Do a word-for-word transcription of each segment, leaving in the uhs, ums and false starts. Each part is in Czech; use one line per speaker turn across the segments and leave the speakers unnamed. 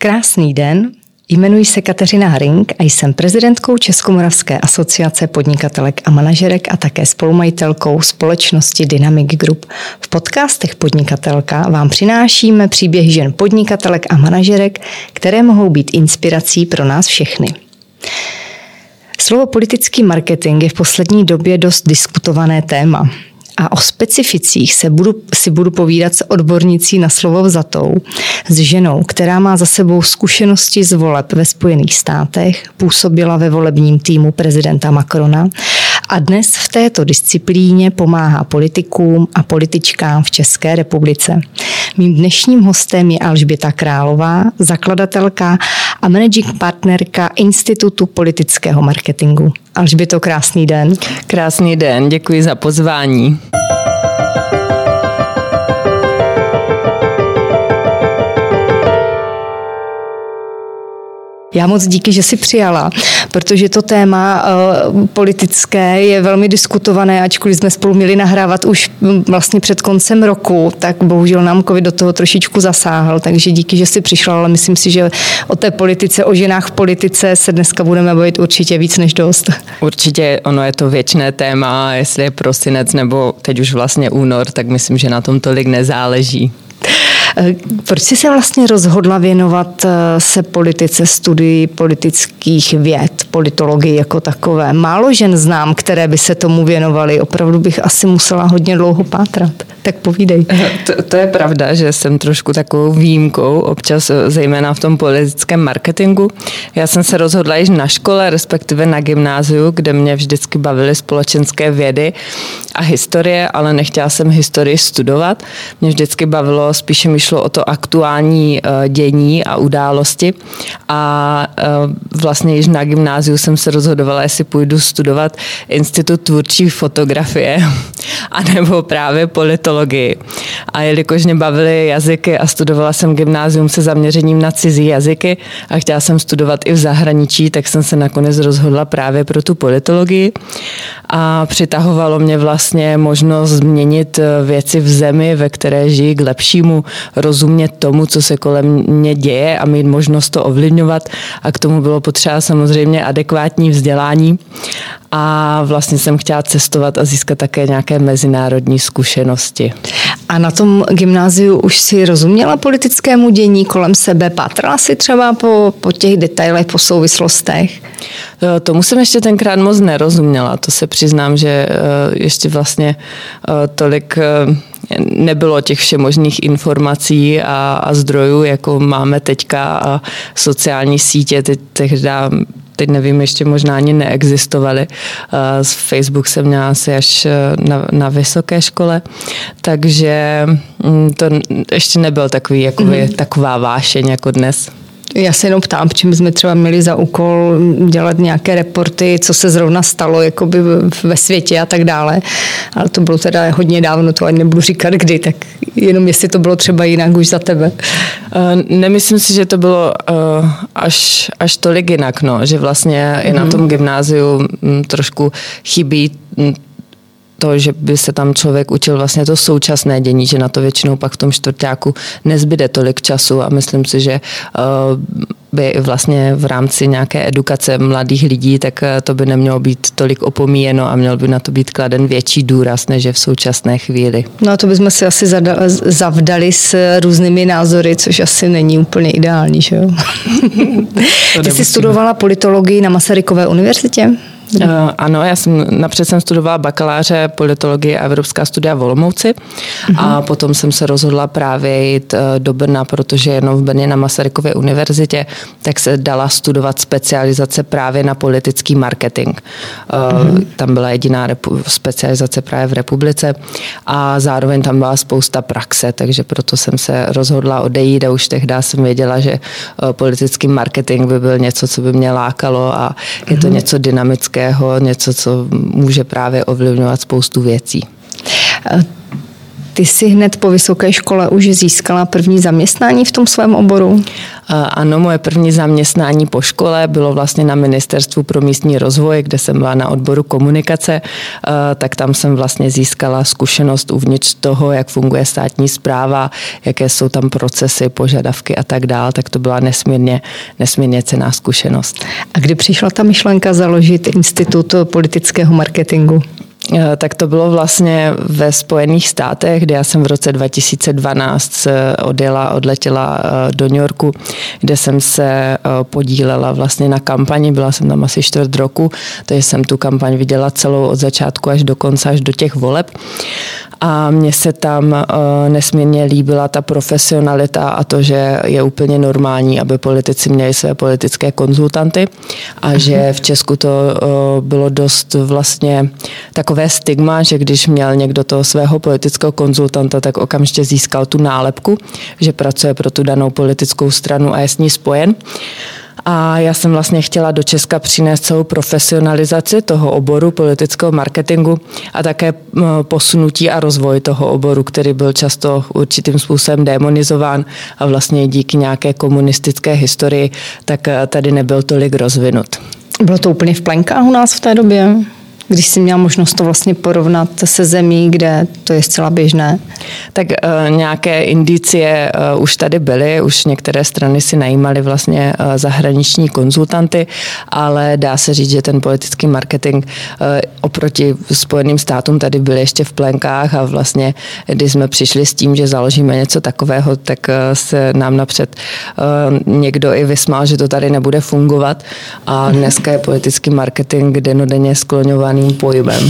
Krásný den, jmenuji se Kateřina Haring a jsem prezidentkou Českomoravské asociace podnikatelek a manažerek a také spolumajitelkou společnosti Dynamic Group. V podcastech Podnikatelka vám přinášíme příběhy žen podnikatelek a manažerek, které mohou být inspirací pro nás všechny. Slovo politický marketing je v poslední době dost diskutované téma. A o specificích se budu, si budu povídat s odbornicí na slovo vzatou, s ženou, která má za sebou zkušenosti z voleb ve Spojených státech, působila ve volebním týmu prezidenta Macrona a dnes v této disciplíně pomáhá politikům a političkám v České republice. Mým dnešním hostem je Alžběta Králová, zakladatelka a managing partnerka Institutu politického marketingu. Alžběto, krásný den.
Krásný den, děkuji za pozvání.
Já moc díky, že jsi přijala, protože to téma uh, politické je velmi diskutované, ačkoliv jsme spolu měli nahrávat už vlastně před koncem roku, tak bohužel nám covid do toho trošičku zasáhl, takže díky, že jsi přišla, ale myslím si, že o té politice, o ženách v politice se dneska budeme bavit určitě víc než dost.
Určitě ono je to věčné téma, jestli je prosinec nebo teď už vlastně únor, tak myslím, že na tom tolik nezáleží.
Proč jsi se vlastně rozhodla věnovat se politice, studii politických věd, politologii jako takové? Málo žen znám, které by se tomu věnovaly. Opravdu bych asi musela hodně dlouho pátrat. Tak povídej.
To, to je pravda, že jsem trošku takovou výjimkou, občas zejména v tom politickém marketingu. Já jsem se rozhodla již na škole, respektive na gymnáziu, kde mě vždycky bavily společenské vědy a historie, ale nechtěla jsem historii studovat. Mě vždycky bavilo, spíše mi šlo o to aktuální dění a události a vlastně již na gymnáziu jsem se rozhodovala, jestli půjdu studovat Institut tvůrčí fotografie anebo právě politologii. A jelikož mě bavily jazyky a studovala jsem gymnázium se zaměřením na cizí jazyky a chtěla jsem studovat i v zahraničí, tak jsem se nakonec rozhodla právě pro tu politologii a přitahovalo mě vlastně možnost změnit věci v zemi, ve které žiji, k lepšímu, rozumět tomu, co se kolem mě děje a mít možnost to ovlivňovat a k tomu bylo potřeba samozřejmě adekvátní vzdělání a vlastně jsem chtěla cestovat a získat také nějaké mezinárodní zkušenosti.
A na tom gymnáziu už si rozuměla politickému dění kolem sebe? Pátrala si třeba po, po těch detailech, po souvislostech?
Tomu jsem ještě tenkrát moc nerozuměla. To se přiznám, že ještě vlastně tolik nebylo těch všemožných informací a, a zdrojů, jako máme teďka a sociální sítě. Teď, tehdy, teď nevím, ještě možná ani neexistovaly. Facebook jsem měla asi až na, na vysoké škole, takže to ještě nebyl takový, jakoby, mm-hmm. taková vášeň jako dnes.
Já se jenom ptám, čím jsme třeba měli za úkol dělat nějaké reporty, co se zrovna stalo jakoby ve světě a tak dále. Ale to bylo teda hodně dávno, to ani nebudu říkat kdy, tak jenom jestli to bylo třeba jinak už za tebe.
Nemyslím si, že to bylo až, až tolik jinak, no, že vlastně mm. i na tom gymnáziu trošku chybí to, že by se tam člověk učil vlastně to současné dění, že na to většinou pak v tom čtvrťáku nezbyde tolik času a myslím si, že by vlastně v rámci nějaké edukace mladých lidí, tak to by nemělo být tolik opomíjeno a měl by na to být kladen větší důraz, než je v současné chvíli.
No a to bychom si asi zavdali s různými názory, což asi není úplně ideální, že jo? Ty jsi studovala politologii na Masarykové univerzitě?
Uh, ano, já jsem napřed jsem studovala bakaláře politologie a evropská studia v Olomouci uh-huh. a potom jsem se rozhodla právě jít uh, do Brna, protože jenom v Brně na Masarykově univerzitě tak se dala studovat specializace právě na politický marketing. Uh, uh-huh. Tam byla jediná repu- specializace právě v republice a zároveň tam byla spousta praxe, takže proto jsem se rozhodla odejít a už tehdy jsem věděla, že uh, politický marketing by byl něco, co by mě lákalo a je to uh-huh. něco dynamického, něco, co může právě ovlivňovat spoustu věcí.
Ty jsi hned po vysoké škole už získala první zaměstnání v tom svém oboru?
Ano, moje první zaměstnání po škole bylo vlastně na Ministerstvu pro místní rozvoj, kde jsem byla na odboru komunikace, tak tam jsem vlastně získala zkušenost uvnitř toho, jak funguje státní správa, jaké jsou tam procesy, požadavky a tak dál, tak to byla nesmírně, nesmírně cenná zkušenost.
A kdy přišla ta myšlenka založit Institut politického marketingu?
Tak to bylo vlastně ve Spojených státech, kde já jsem v roce dva tisíce dvanáct odjela, odletěla do New Yorku, kde jsem se podílela vlastně na kampani, byla jsem tam asi čtvrt roku, takže jsem tu kampaň viděla celou od začátku až do konce, až do těch voleb. A mně se tam nesmírně líbila ta profesionalita a to, že je úplně normální, aby politici měli své politické konzultanty a že v Česku to bylo dost vlastně takové stigma, že když měl někdo toho svého politického konzultanta, tak okamžitě získal tu nálepku, že pracuje pro tu danou politickou stranu a je s ní spojen. A já jsem vlastně chtěla do Česka přinést celou profesionalizaci toho oboru politického marketingu a také posunutí a rozvoj toho oboru, který byl často určitým způsobem demonizován a vlastně díky nějaké komunistické historii, tak tady nebyl tolik rozvinut.
Bylo to úplně v plenkách u nás v té době? Když jsi měla možnost to vlastně porovnat se zemí, kde to je zcela běžné?
Tak uh, nějaké indicie uh, už tady byly, už některé strany si najímaly vlastně uh, zahraniční konzultanty, ale dá se říct, že ten politický marketing uh, oproti Spojeným státům tady byl ještě v plenkách a vlastně, když jsme přišli s tím, že založíme něco takového, tak uh, se nám napřed uh, někdo i vysmál, že to tady nebude fungovat a dneska je politický marketing dennodenně skloňovaný pojmem.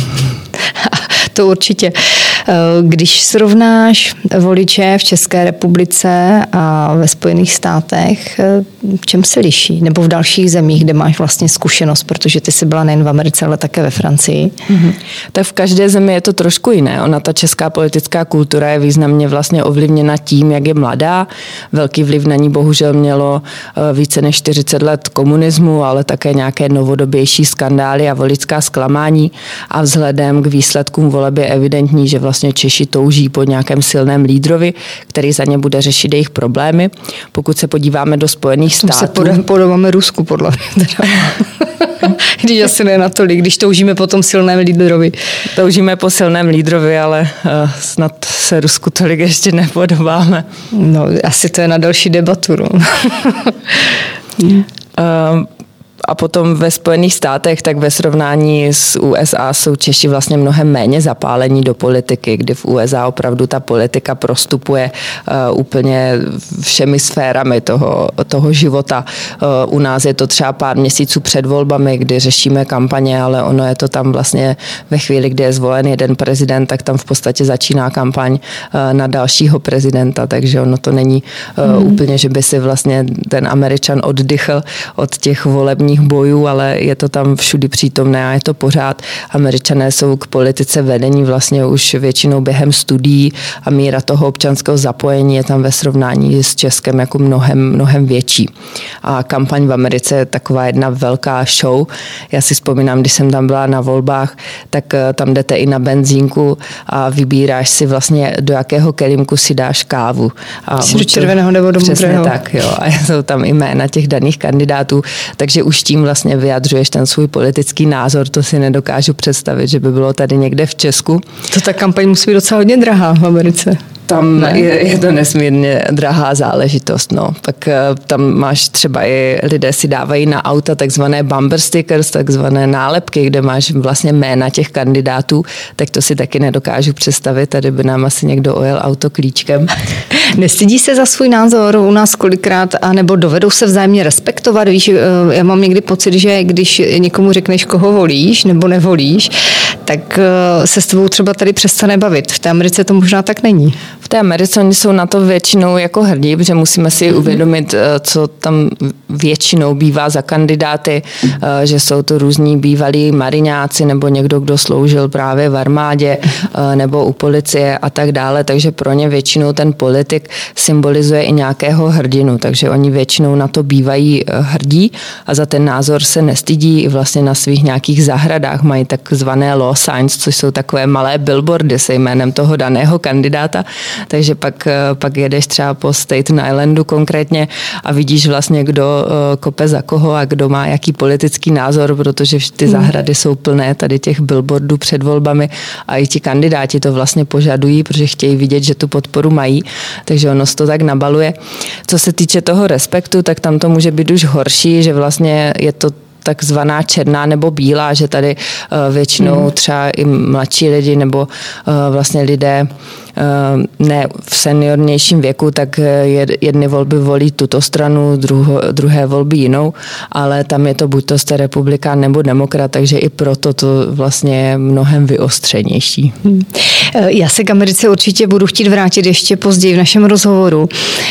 To určitě. Když srovnáš voliče v České republice a ve Spojených státech, v čem se liší? Nebo v dalších zemích, kde máš vlastně zkušenost, protože ty jsi byla nejen v Americe, ale také ve Francii?
Mm-hmm. Tak v každé zemi je to trošku jiné. Ona, ta česká politická kultura je významně vlastně ovlivněna tím, jak je mladá. Velký vliv na ní bohužel mělo více než čtyřicet let komunismu, ale také nějaké novodobější skandály a voličská zklamání. A vzhledem k výsledkům voleb je evidentní, že vlastně Vlastně Češi touží po nějakém silném lídrovi, který za ně bude řešit jejich problémy. Pokud se podíváme do Spojených států...
se podobáme Rusku, podle mě. Když asi ne natolik, když toužíme po tom silném lídrovi.
Toužíme po silném lídrovi, ale uh, snad se Rusku tolik ještě nepodobáme.
No, asi to je na další debatu. No.
uh, A potom ve Spojených státech, tak ve srovnání s U S A jsou Češi vlastně mnohem méně zapálení do politiky, kdy v U S A opravdu ta politika prostupuje uh, úplně všemi sférami toho, toho života. Uh, u nás je to třeba pár měsíců před volbami, kdy řešíme kampaně, ale ono je to tam vlastně ve chvíli, kdy je zvolen jeden prezident, tak tam v podstatě začíná kampaň uh, na dalšího prezidenta, takže ono to není uh, hmm. úplně, že by si vlastně ten Američan oddychl od těch volebních bojů, ale je to tam všudy přítomné a je to pořád. Američané jsou k politice vedení vlastně už většinou během studií a míra toho občanského zapojení je tam ve srovnání s Českem jako mnohem, mnohem větší. A kampaň v Americe je taková jedna velká show. Já si vzpomínám, když jsem tam byla na volbách, tak tam jdete i na benzínku a vybíráš si vlastně, do jakého kelímku si dáš kávu. A
do červeného nebo do modrého.
Přesně tak, jo. A jsou tam i jména těch daných kandidátů, takže už tím vlastně vyjadřuješ ten svůj politický názor, to si nedokážu představit, že by bylo tady někde v Česku.
To ta kampaň musí být docela hodně drahá v Americe.
Tam je, je to nesmírně drahá záležitost. No. Pak tam máš třeba i lidé si dávají na auta takzvané bumper stickers, takzvané nálepky, kde máš vlastně jména těch kandidátů, tak to si taky nedokážu představit. Tady by nám asi někdo ojel auto klíčkem.
Nestydí se za svůj názor u nás kolikrát, anebo dovedou se vzájemně respektovat? Víš, já mám někdy pocit, že když někomu řekneš, koho volíš nebo nevolíš, tak se s tebou třeba tady přestane bavit. V té Americe to možná tak není.
V té Americe oni jsou na to většinou jako hrdí, protože musíme si uvědomit, co tam většinou bývá za kandidáty, že jsou to různí bývalí mariňáci nebo někdo, kdo sloužil právě v armádě nebo u policie a tak dále, takže pro ně většinou ten politik symbolizuje i nějakého hrdinu, takže oni většinou na to bývají hrdí a za ten názor se nestydí, i vlastně na svých nějakých zahradách mají takzvané lofty, wall signs, což jsou takové malé billboardy se jménem toho daného kandidáta, takže pak, pak jedeš třeba po Staten Islandu konkrétně a vidíš vlastně, kdo kope za koho a kdo má jaký politický názor, protože ty zahrady jsou plné tady těch billboardů před volbami a i ti kandidáti to vlastně požadují, protože chtějí vidět, že tu podporu mají, takže ono se to tak nabaluje. Co se týče toho respektu, tak tam to může být už horší, že vlastně je to takzvaná černá nebo bílá, že tady většinou třeba i mladší lidi nebo vlastně lidé ne v seniornějším věku, tak jedny volby volí tuto stranu, druho, druhé volby jinou, ale tam je to buď to jste republikán nebo demokrat, takže i proto to vlastně je mnohem vyostřenější.
Já se k Americe určitě budu chtít vrátit ještě později v našem rozhovoru.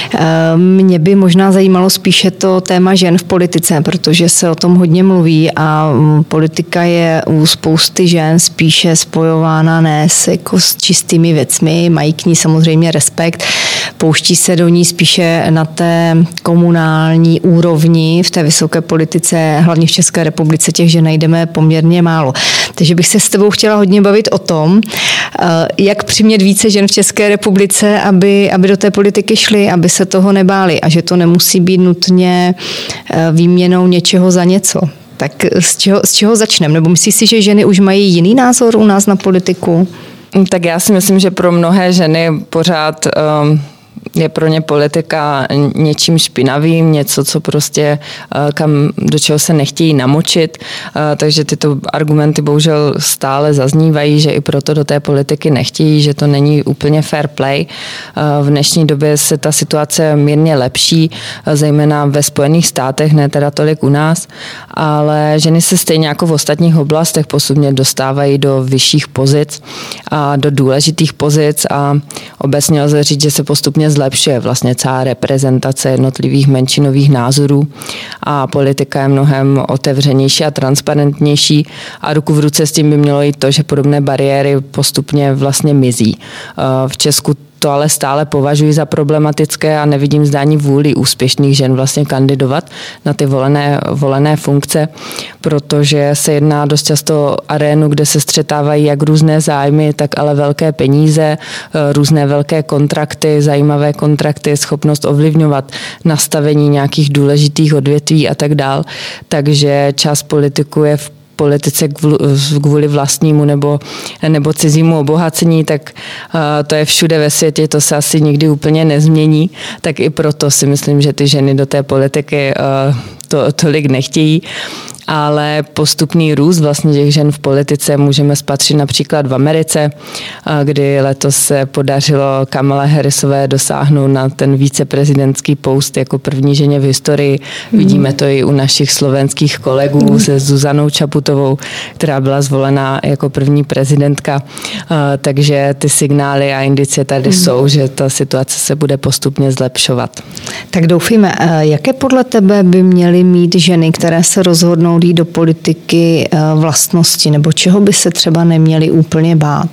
Mě by možná zajímalo spíše to téma žen v politice, protože se o tom hodně mluví a politika je u spousty žen spíše spojována ne s, jako s čistými věcmi, mají k ní samozřejmě respekt, pouští se do ní spíše na té komunální úrovni, v té vysoké politice, hlavně v České republice těch žen najdeme poměrně málo. Takže bych se s tebou chtěla hodně bavit o tom, jak přimět více žen v České republice, aby, aby do té politiky šly, aby se toho nebáli a že to nemusí být nutně výměnou něčeho za něco. Tak z čeho, z čeho začneme? Nebo myslíš si, že ženy už mají jiný názor u nás na politiku?
Tak já si myslím, že pro mnohé ženy pořád um, je pro ně politika něčím špinavým, něco, co prostě kam, do čeho se nechtějí namočit, takže tyto argumenty bohužel stále zaznívají, že i proto do té politiky nechtějí, že to není úplně fair play. V dnešní době se ta situace mírně lepší, zejména ve Spojených státech, ne teda tolik u nás, ale ženy se stejně jako v ostatních oblastech postupně dostávají do vyšších pozic a do důležitých pozic a obecně lze říct, že se postupně zlepšuje vlastně celá reprezentace jednotlivých menšinových názorů a politika je mnohem otevřenější a transparentnější a ruku v ruce s tím by mělo jít to, že podobné bariéry postupně vlastně mizí. V Česku to ale stále považuji za problematické a nevidím zdání vůli úspěšných žen vlastně kandidovat na ty volené, volené funkce, protože se jedná dost často o arénu, kde se střetávají jak různé zájmy, tak ale velké peníze, různé velké kontrakty, zajímavé kontrakty, schopnost ovlivňovat nastavení nějakých důležitých odvětví a tak dál. Takže část politiků je v politice kvůli vlastnímu nebo, nebo cizímu obohacení, tak to je všude ve světě, to se asi nikdy úplně nezmění, tak i proto si myslím, že ty ženy do té politiky to tolik nechtějí. Ale postupný růst vlastně těch žen v politice můžeme spatřit například v Americe, kdy letos se podařilo Kamale Harrisové dosáhnout na ten viceprezidentský post jako první ženě v historii. Mm. Vidíme to i u našich slovenských kolegů mm. se Zuzanou Čaputovou, která byla zvolena jako první prezidentka. Takže ty signály a indicie tady mm. jsou, že ta situace se bude postupně zlepšovat.
Tak doufíme, jaké podle tebe by měly mít ženy, které se rozhodnou jít do politiky, vlastnosti, nebo čeho by se třeba neměly úplně bát?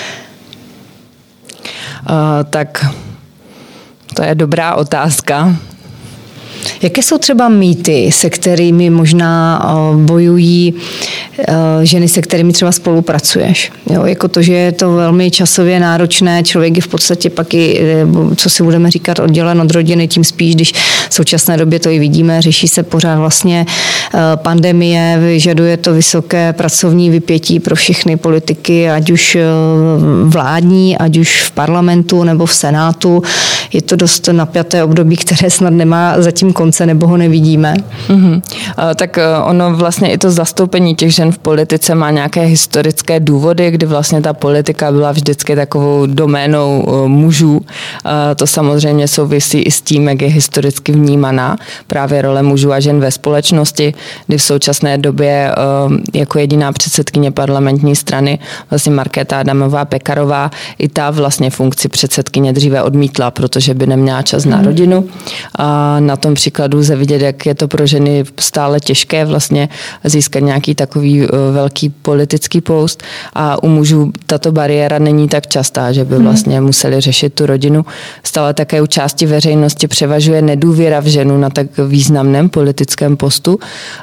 Uh, tak to je dobrá otázka.
Jaké jsou třeba mýty, se kterými možná bojují ženy, se kterými třeba spolupracuješ? Jo, jako to, že je to velmi časově náročné, člověk je v podstatě pak i, co si budeme říkat, oddělen od rodiny, tím spíš, když v současné době to i vidíme, řeší se pořád vlastně pandemie, vyžaduje to vysoké pracovní vypětí pro všechny politiky, ať už vládní, ať už v parlamentu nebo v senátu. Je to dost napjaté období, které snad nemá zatím konce, nebo ho nevidíme.
Mm-hmm. Tak ono vlastně i to zastoupení těch žen v politice má nějaké historické důvody, kdy vlastně ta politika byla vždycky takovou doménou mužů. To samozřejmě souvisí i s tím, jak je historicky vnímaná právě role mužů a žen ve společnosti, kdy v současné době jako jediná předsedkyně parlamentní strany vlastně Markéta Adamová Pekarová i ta vlastně funkci předsedkyně dříve odmítla, protože protože by neměla čas na rodinu. A na tom příkladu lze vidět, jak je to pro ženy stále těžké vlastně získat nějaký takový velký politický post a u mužů tato bariéra není tak častá, že by vlastně museli řešit tu rodinu. Stále také u části veřejnosti převažuje nedůvěra v ženu na tak významném politickém postu,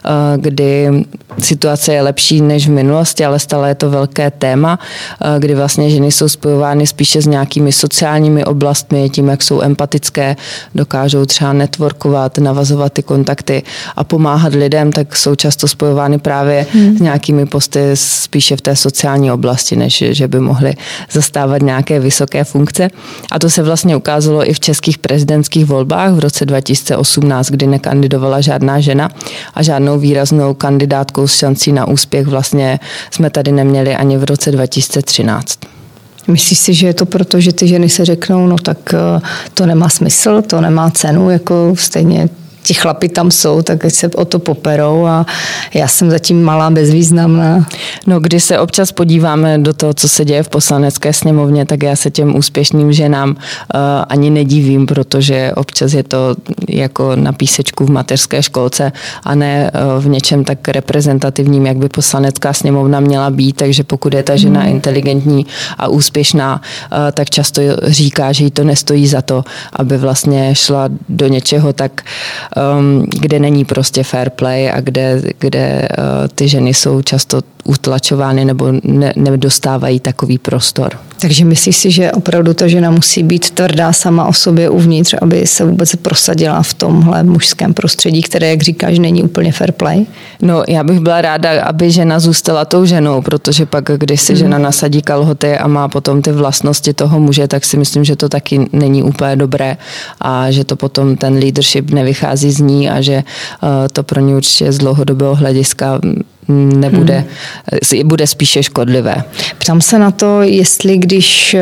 kdy situace je lepší než v minulosti, ale stále je to velké téma, kdy vlastně ženy jsou spojovány spíše s nějakými sociálními oblastmi, tím, jak jsou empatické, dokážou třeba networkovat, navazovat ty kontakty a pomáhat lidem, tak jsou často spojovány právě hmm. s nějakými posty spíše v té sociální oblasti, než že by mohly zastávat nějaké vysoké funkce. A to se vlastně ukázalo i v českých prezidentských volbách v roce dva tisíce osmnáct, kdy nekandidovala žádná žena a žádnou výraznou kandidátkou s šancí na úspěch vlastně jsme tady neměli ani v roce dva tisíce třináct.
Myslíš si, že je to proto, že ty ženy se řeknou, no tak to nemá smysl, to nemá cenu, jako stejně ti chlapi tam jsou, tak se o to poperou a já jsem zatím malá, bezvýznamná.
No, když se občas podíváme do toho, co se děje v Poslanecké sněmovně, tak já se těm úspěšným ženám uh, ani nedivím, protože občas je to jako na písečku v mateřské školce a ne uh, v něčem tak reprezentativním, jak by Poslanecká sněmovna měla být, takže pokud je ta žena hmm. inteligentní a úspěšná, uh, tak často říká, že jí to nestojí za to, aby vlastně šla do něčeho tak Um, kde není prostě fair play a kde, kde uh, ty ženy jsou často utlačovány nebo ne, nedostávají takový prostor.
Takže myslíš si, že opravdu ta žena musí být tvrdá sama o sobě uvnitř, aby se vůbec prosadila v tomhle mužském prostředí, které, jak říkáš, není úplně fair play?
No, já bych byla ráda, aby žena zůstala tou ženou, protože pak, když si hmm. žena nasadí kalhoty a má potom ty vlastnosti toho muže, tak si myslím, že to taky není úplně dobré a že to potom ten leadership nevychází z ní a že uh, to pro ní určitě z dlouhodobého hlediska nebude, hmm. bude spíše škodlivé.
Ptám se na to, jestli když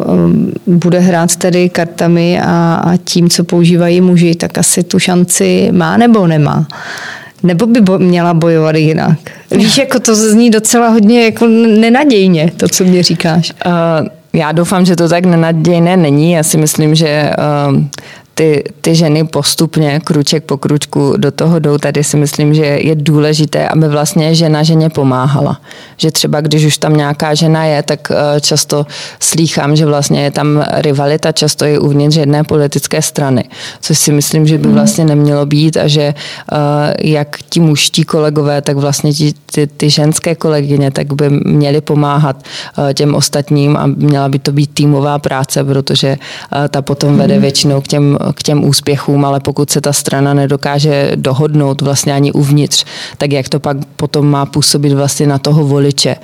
bude hrát tedy kartami a, a tím, co používají muži, tak asi tu šanci má nebo nemá? Nebo by bo- měla bojovat jinak? Víš, jako to zní docela hodně jako nenadějně, to, co mě říkáš.
Uh, já doufám, že to tak nenadějné není. Já si myslím, že uh, Ty, ty ženy postupně, kruček po kručku do toho jdou. Tady si myslím, že je důležité, aby vlastně žena ženě pomáhala. Že třeba když už tam nějaká žena je, tak často slýchám, že vlastně je tam rivalita, často je uvnitř jedné politické strany. Což si myslím, že by vlastně nemělo být a že jak ti mužští kolegové, tak vlastně ti, ty, ty ženské kolegyně, tak by měly pomáhat těm ostatním a měla by to být týmová práce, protože ta potom vede většinou k těm k těm úspěchům, ale pokud se ta strana nedokáže dohodnout vlastně ani uvnitř, tak jak to pak potom má působit vlastně na toho voliče,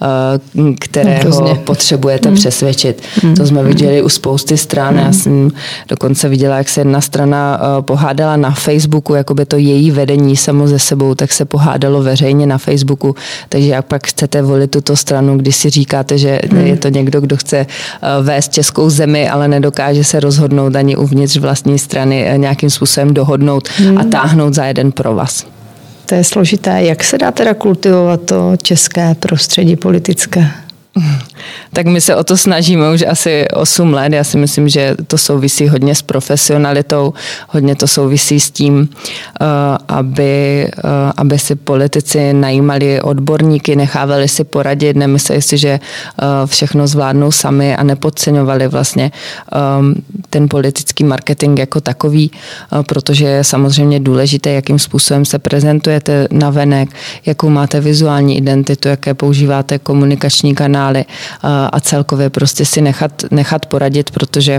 kterého no, potřebujete hmm. přesvědčit. Hmm. To jsme viděli u spousty stran. Hmm. Já jsem dokonce viděla, jak se jedna strana pohádala na Facebooku, jako by to její vedení samo ze sebou, tak se pohádalo veřejně na Facebooku. Takže jak pak chcete volit tuto stranu, když si říkáte, že hmm. je to někdo, kdo chce vést českou zemi, ale nedokáže se rozhodnout ani uvnitř vlastní strany nějakým způsobem dohodnout hmm. a táhnout za jeden provaz.
To je složité. Jak se dá teda kultivovat to české prostředí politické?
Tak my se o to snažíme už asi osm let. Já si myslím, že to souvisí hodně s profesionalitou, hodně to souvisí s tím, aby, aby si politici najímali odborníky, nechávali si poradit, nemysleli si, že všechno zvládnou sami a nepodceňovali vlastně ten politický marketing jako takový, protože je samozřejmě důležité, jakým způsobem se prezentujete navenek, jakou máte vizuální identitu, jaké používáte komunikační kanály a celkově prostě si nechat, nechat poradit, protože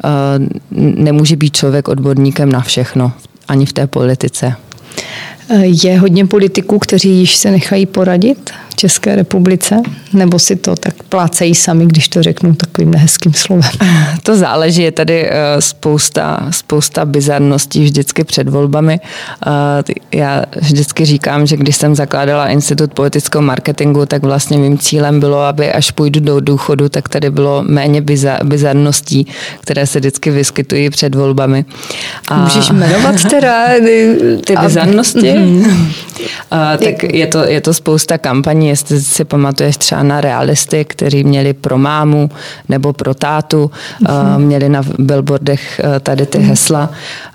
nemůže být člověk odborníkem na všechno, ani v té politice.
Je hodně politiků, kteří již se nechají poradit v České republice? Nebo si to tak plácejí sami, když to řeknu takovým nehezkým slovem?
To záleží, je tady spousta, spousta bizarností vždycky před volbami. Já vždycky říkám, že když jsem zakládala Institut politického marketingu, tak vlastně mým cílem bylo, aby až půjdu do důchodu, tak tady bylo méně bizarností, které se vždycky vyskytují před volbami.
A můžeš jmenovat teda
ty bizarnosti? Mm-hmm. Tak je to, je to spousta kampaní, jestli si pamatuješ třeba na Realistik, kteří měli pro mámu nebo pro tátu, mm-hmm. měli na billboardech tady ty hesla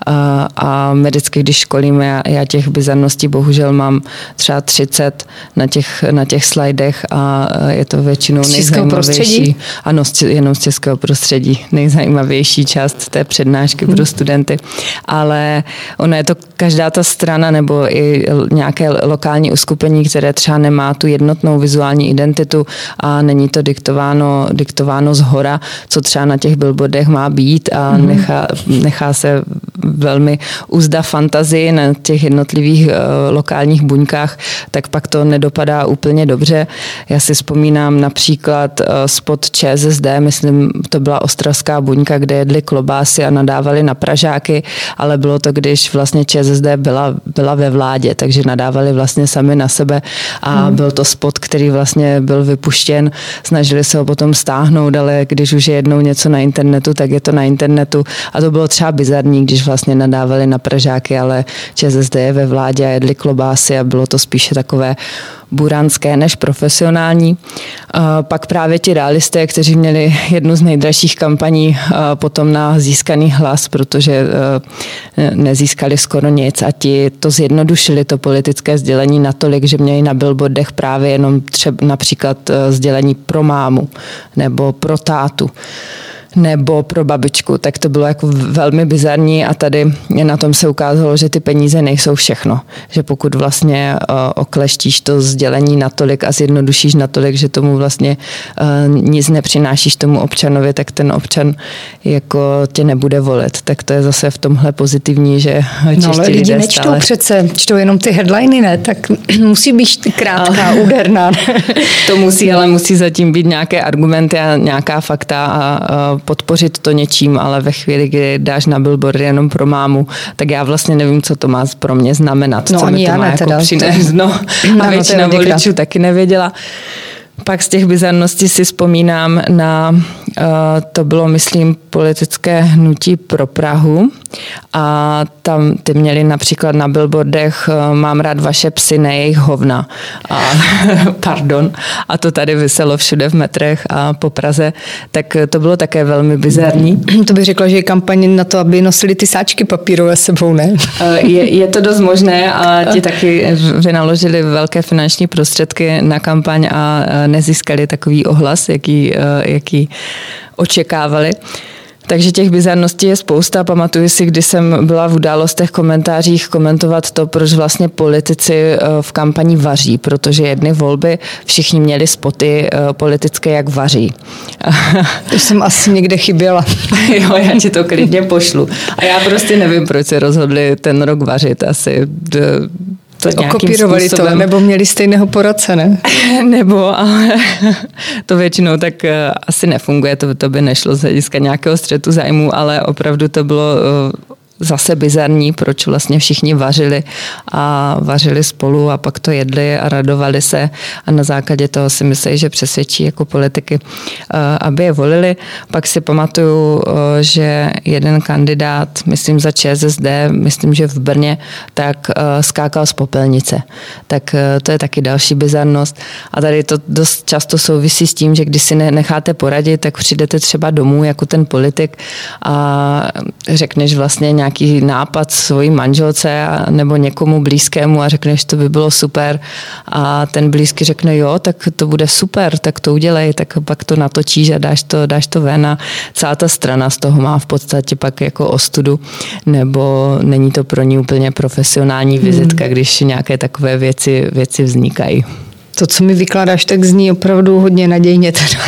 a my vždycky, když školíme, já, já těch bizarností bohužel mám třeba třicet na těch, na těch slajdech a je to většinou nejzajímavější. Ano, jenom z českého prostředí. Nejzajímavější část té přednášky hmm. pro studenty. Ale ono je to každá ta strana nebo i nějaké lokální uskupení, které třeba nemá tu jednotnou vizuální identitu a není to diktováno, diktováno zhora, co třeba na těch billboardech má být a hmm. nechá, nechá se velmi uzda fantazii na těch jednotlivých uh, lokálních buňkách, tak pak to nedopadá úplně dobře. Já si vzpomínám například uh, spot ČSSD, myslím, to byla ostravská buňka, kde jedli klobásy a nadávali na Pražáky, ale bylo to, když vlastně ČSSD byla, byla ve vládě, takže nadávali vlastně sami na sebe a hmm. byl to spot, který vlastně byl vypuštěn. Snažili se ho potom stáhnout, ale když už je jednou něco na internetu, tak je to na internetu a to bylo třeba bizarní, když vlastně nadávali na Pražáky, ale ČSSD je ve vládě a jedli klobásy a bylo to spíše takové buránské než profesionální. Pak právě ti realisté, kteří měli jednu z nejdražších kampaní potom na získaný hlas, protože nezískali skoro nic a ti to zjednodušili, to politické sdělení natolik, že měli na billboardech právě jenom třeba například sdělení pro mámu nebo pro tátu nebo pro babičku, tak to bylo jako velmi bizarní a tady na tom se ukázalo, že ty peníze nejsou všechno. Že pokud vlastně uh, okleštíš to sdělení natolik a zjednodušíš natolik, že tomu vlastně uh, nic nepřinášíš tomu občanovi, tak ten občan jako tě nebude volit. Tak to je zase v tomhle pozitivní, že čeští
no, ale lidi
lidé
nečtou
stále...
přece, čtou jenom ty headliny, ne? Tak musí být krátká, ale... úderná.
To musí, ale musí zatím být nějaké argumenty a nějaká fakta a uh, podpořit to něčím, ale ve chvíli, kdy dáš na billboard jenom pro mámu, tak já vlastně nevím, co to má pro mě znamenat,
no,
co mi to má
ne,
jako
teda,
přinést. No, a většina voličů taky nevěděla. Pak z těch bizarností si vzpomínám na, uh, to bylo, myslím, politické hnutí pro Prahu a tam ty měli například na billboardech uh, mám rád vaše psy, ne jejich hovna. A, pardon. A to tady viselo všude v metrech a po Praze, tak to bylo také velmi bizarní.
To bych řekla, že je kampaň na to, aby nosili ty sáčky papírové sebou, ne?
Uh, je, je to dost možné a ti taky vynaložili velké finanční prostředky na kampaň a nezískali takový ohlas, jaký, jaký očekávali. Takže těch bizarností je spousta. Pamatuju si, když jsem byla v Událostech komentářích komentovat to, proč vlastně politici v kampani vaří, protože jedny volby všichni měli spoty politické, jak vaří.
To jsem asi někde chyběla.
Jo, já ti to klidně pošlu. A já prostě nevím, proč se rozhodli ten rok vařit. Asi to
okopírovali to, nebo měli stejného poradce, ne?
Nebo, ale to většinou tak asi nefunguje, to, to by nešlo z hlediska nějakého střetu zájmu, ale opravdu to bylo zase bizarní, proč vlastně všichni vařili a vařili spolu a pak to jedli a radovali se a na základě toho si myslí, že přesvědčí jako politiky, aby je volili. Pak si pamatuju, že jeden kandidát, myslím za ČSSD, myslím, že v Brně, tak skákal z popelnice. Tak to je taky další bizarnost. A tady to dost často souvisí s tím, že když si necháte poradit, tak přijdete třeba domů jako ten politik a řekneš vlastně nějaký nápad svojí manželce a, nebo někomu blízkému a řekneš, to by bylo super a ten blízký řekne, jo, tak to bude super, tak to udělej, tak pak to natočíš a dáš to, dáš to ven a celá ta strana z toho má v podstatě pak jako ostudu, nebo není to pro ní úplně profesionální vizitka, hmm. když nějaké takové věci, věci vznikají.
To, co mi vykládáš, tak zní opravdu hodně nadějně teda.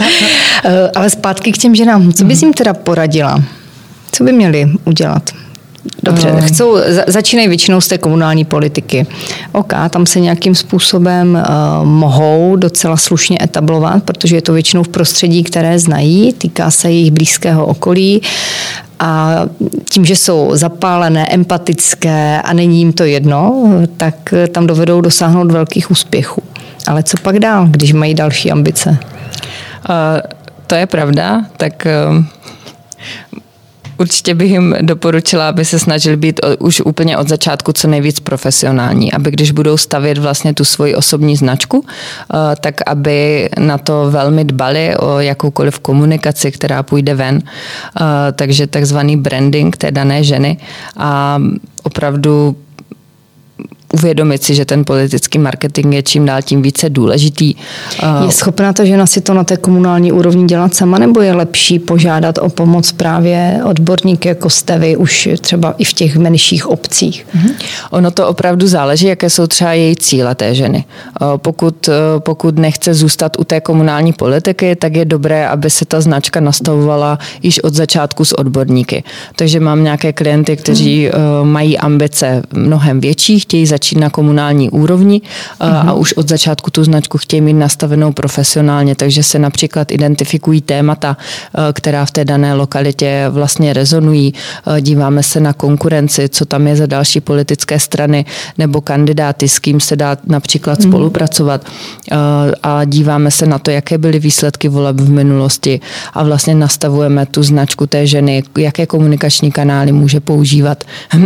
Ale zpátky k těm ženám. Co bys jim teda poradila? Co by měli udělat? Dobře, uh. chcou, začínají většinou z té komunální politiky. OK, tam se nějakým způsobem uh, mohou docela slušně etablovat, protože je to většinou v prostředí, které znají, týká se jejich blízkého okolí a tím, že jsou zapálené, empatické a není jim to jedno, tak tam dovedou dosáhnout velkých úspěchů. Ale co pak dál, když mají další ambice?
Uh, to je pravda, tak... Uh... Určitě bych jim doporučila, aby se snažili být už úplně od začátku co nejvíc profesionální, aby když budou stavět vlastně tu svoji osobní značku, tak aby na to velmi dbali o jakoukoliv komunikaci, která půjde ven. Takže takzvaný branding té dané ženy a opravdu uvědomit si, že ten politický marketing je čím dál tím více důležitý.
Je schopná ta žena si to na té komunální úrovni dělat sama, nebo je lepší požádat o pomoc právě odborníky, jako jste vy, už třeba i v těch menších obcích?
Mhm. Ono to opravdu záleží, jaké jsou třeba její cíle té ženy. Pokud, pokud nechce zůstat u té komunální politiky, tak je dobré, aby se ta značka nastavovala již od začátku s odborníky. Takže mám nějaké klienty, kteří mhm. mají ambice mnohem větší, chtějí začít na komunální úrovni a, a už od začátku tu značku chtějí mít nastavenou profesionálně, takže se například identifikují témata, která v té dané lokalitě vlastně rezonují. Díváme se na konkurenci, co tam je za další politické strany nebo kandidáty, s kým se dá například mm. spolupracovat a díváme se na to, jaké byly výsledky voleb v minulosti a vlastně nastavujeme tu značku té ženy, jaké komunikační kanály může používat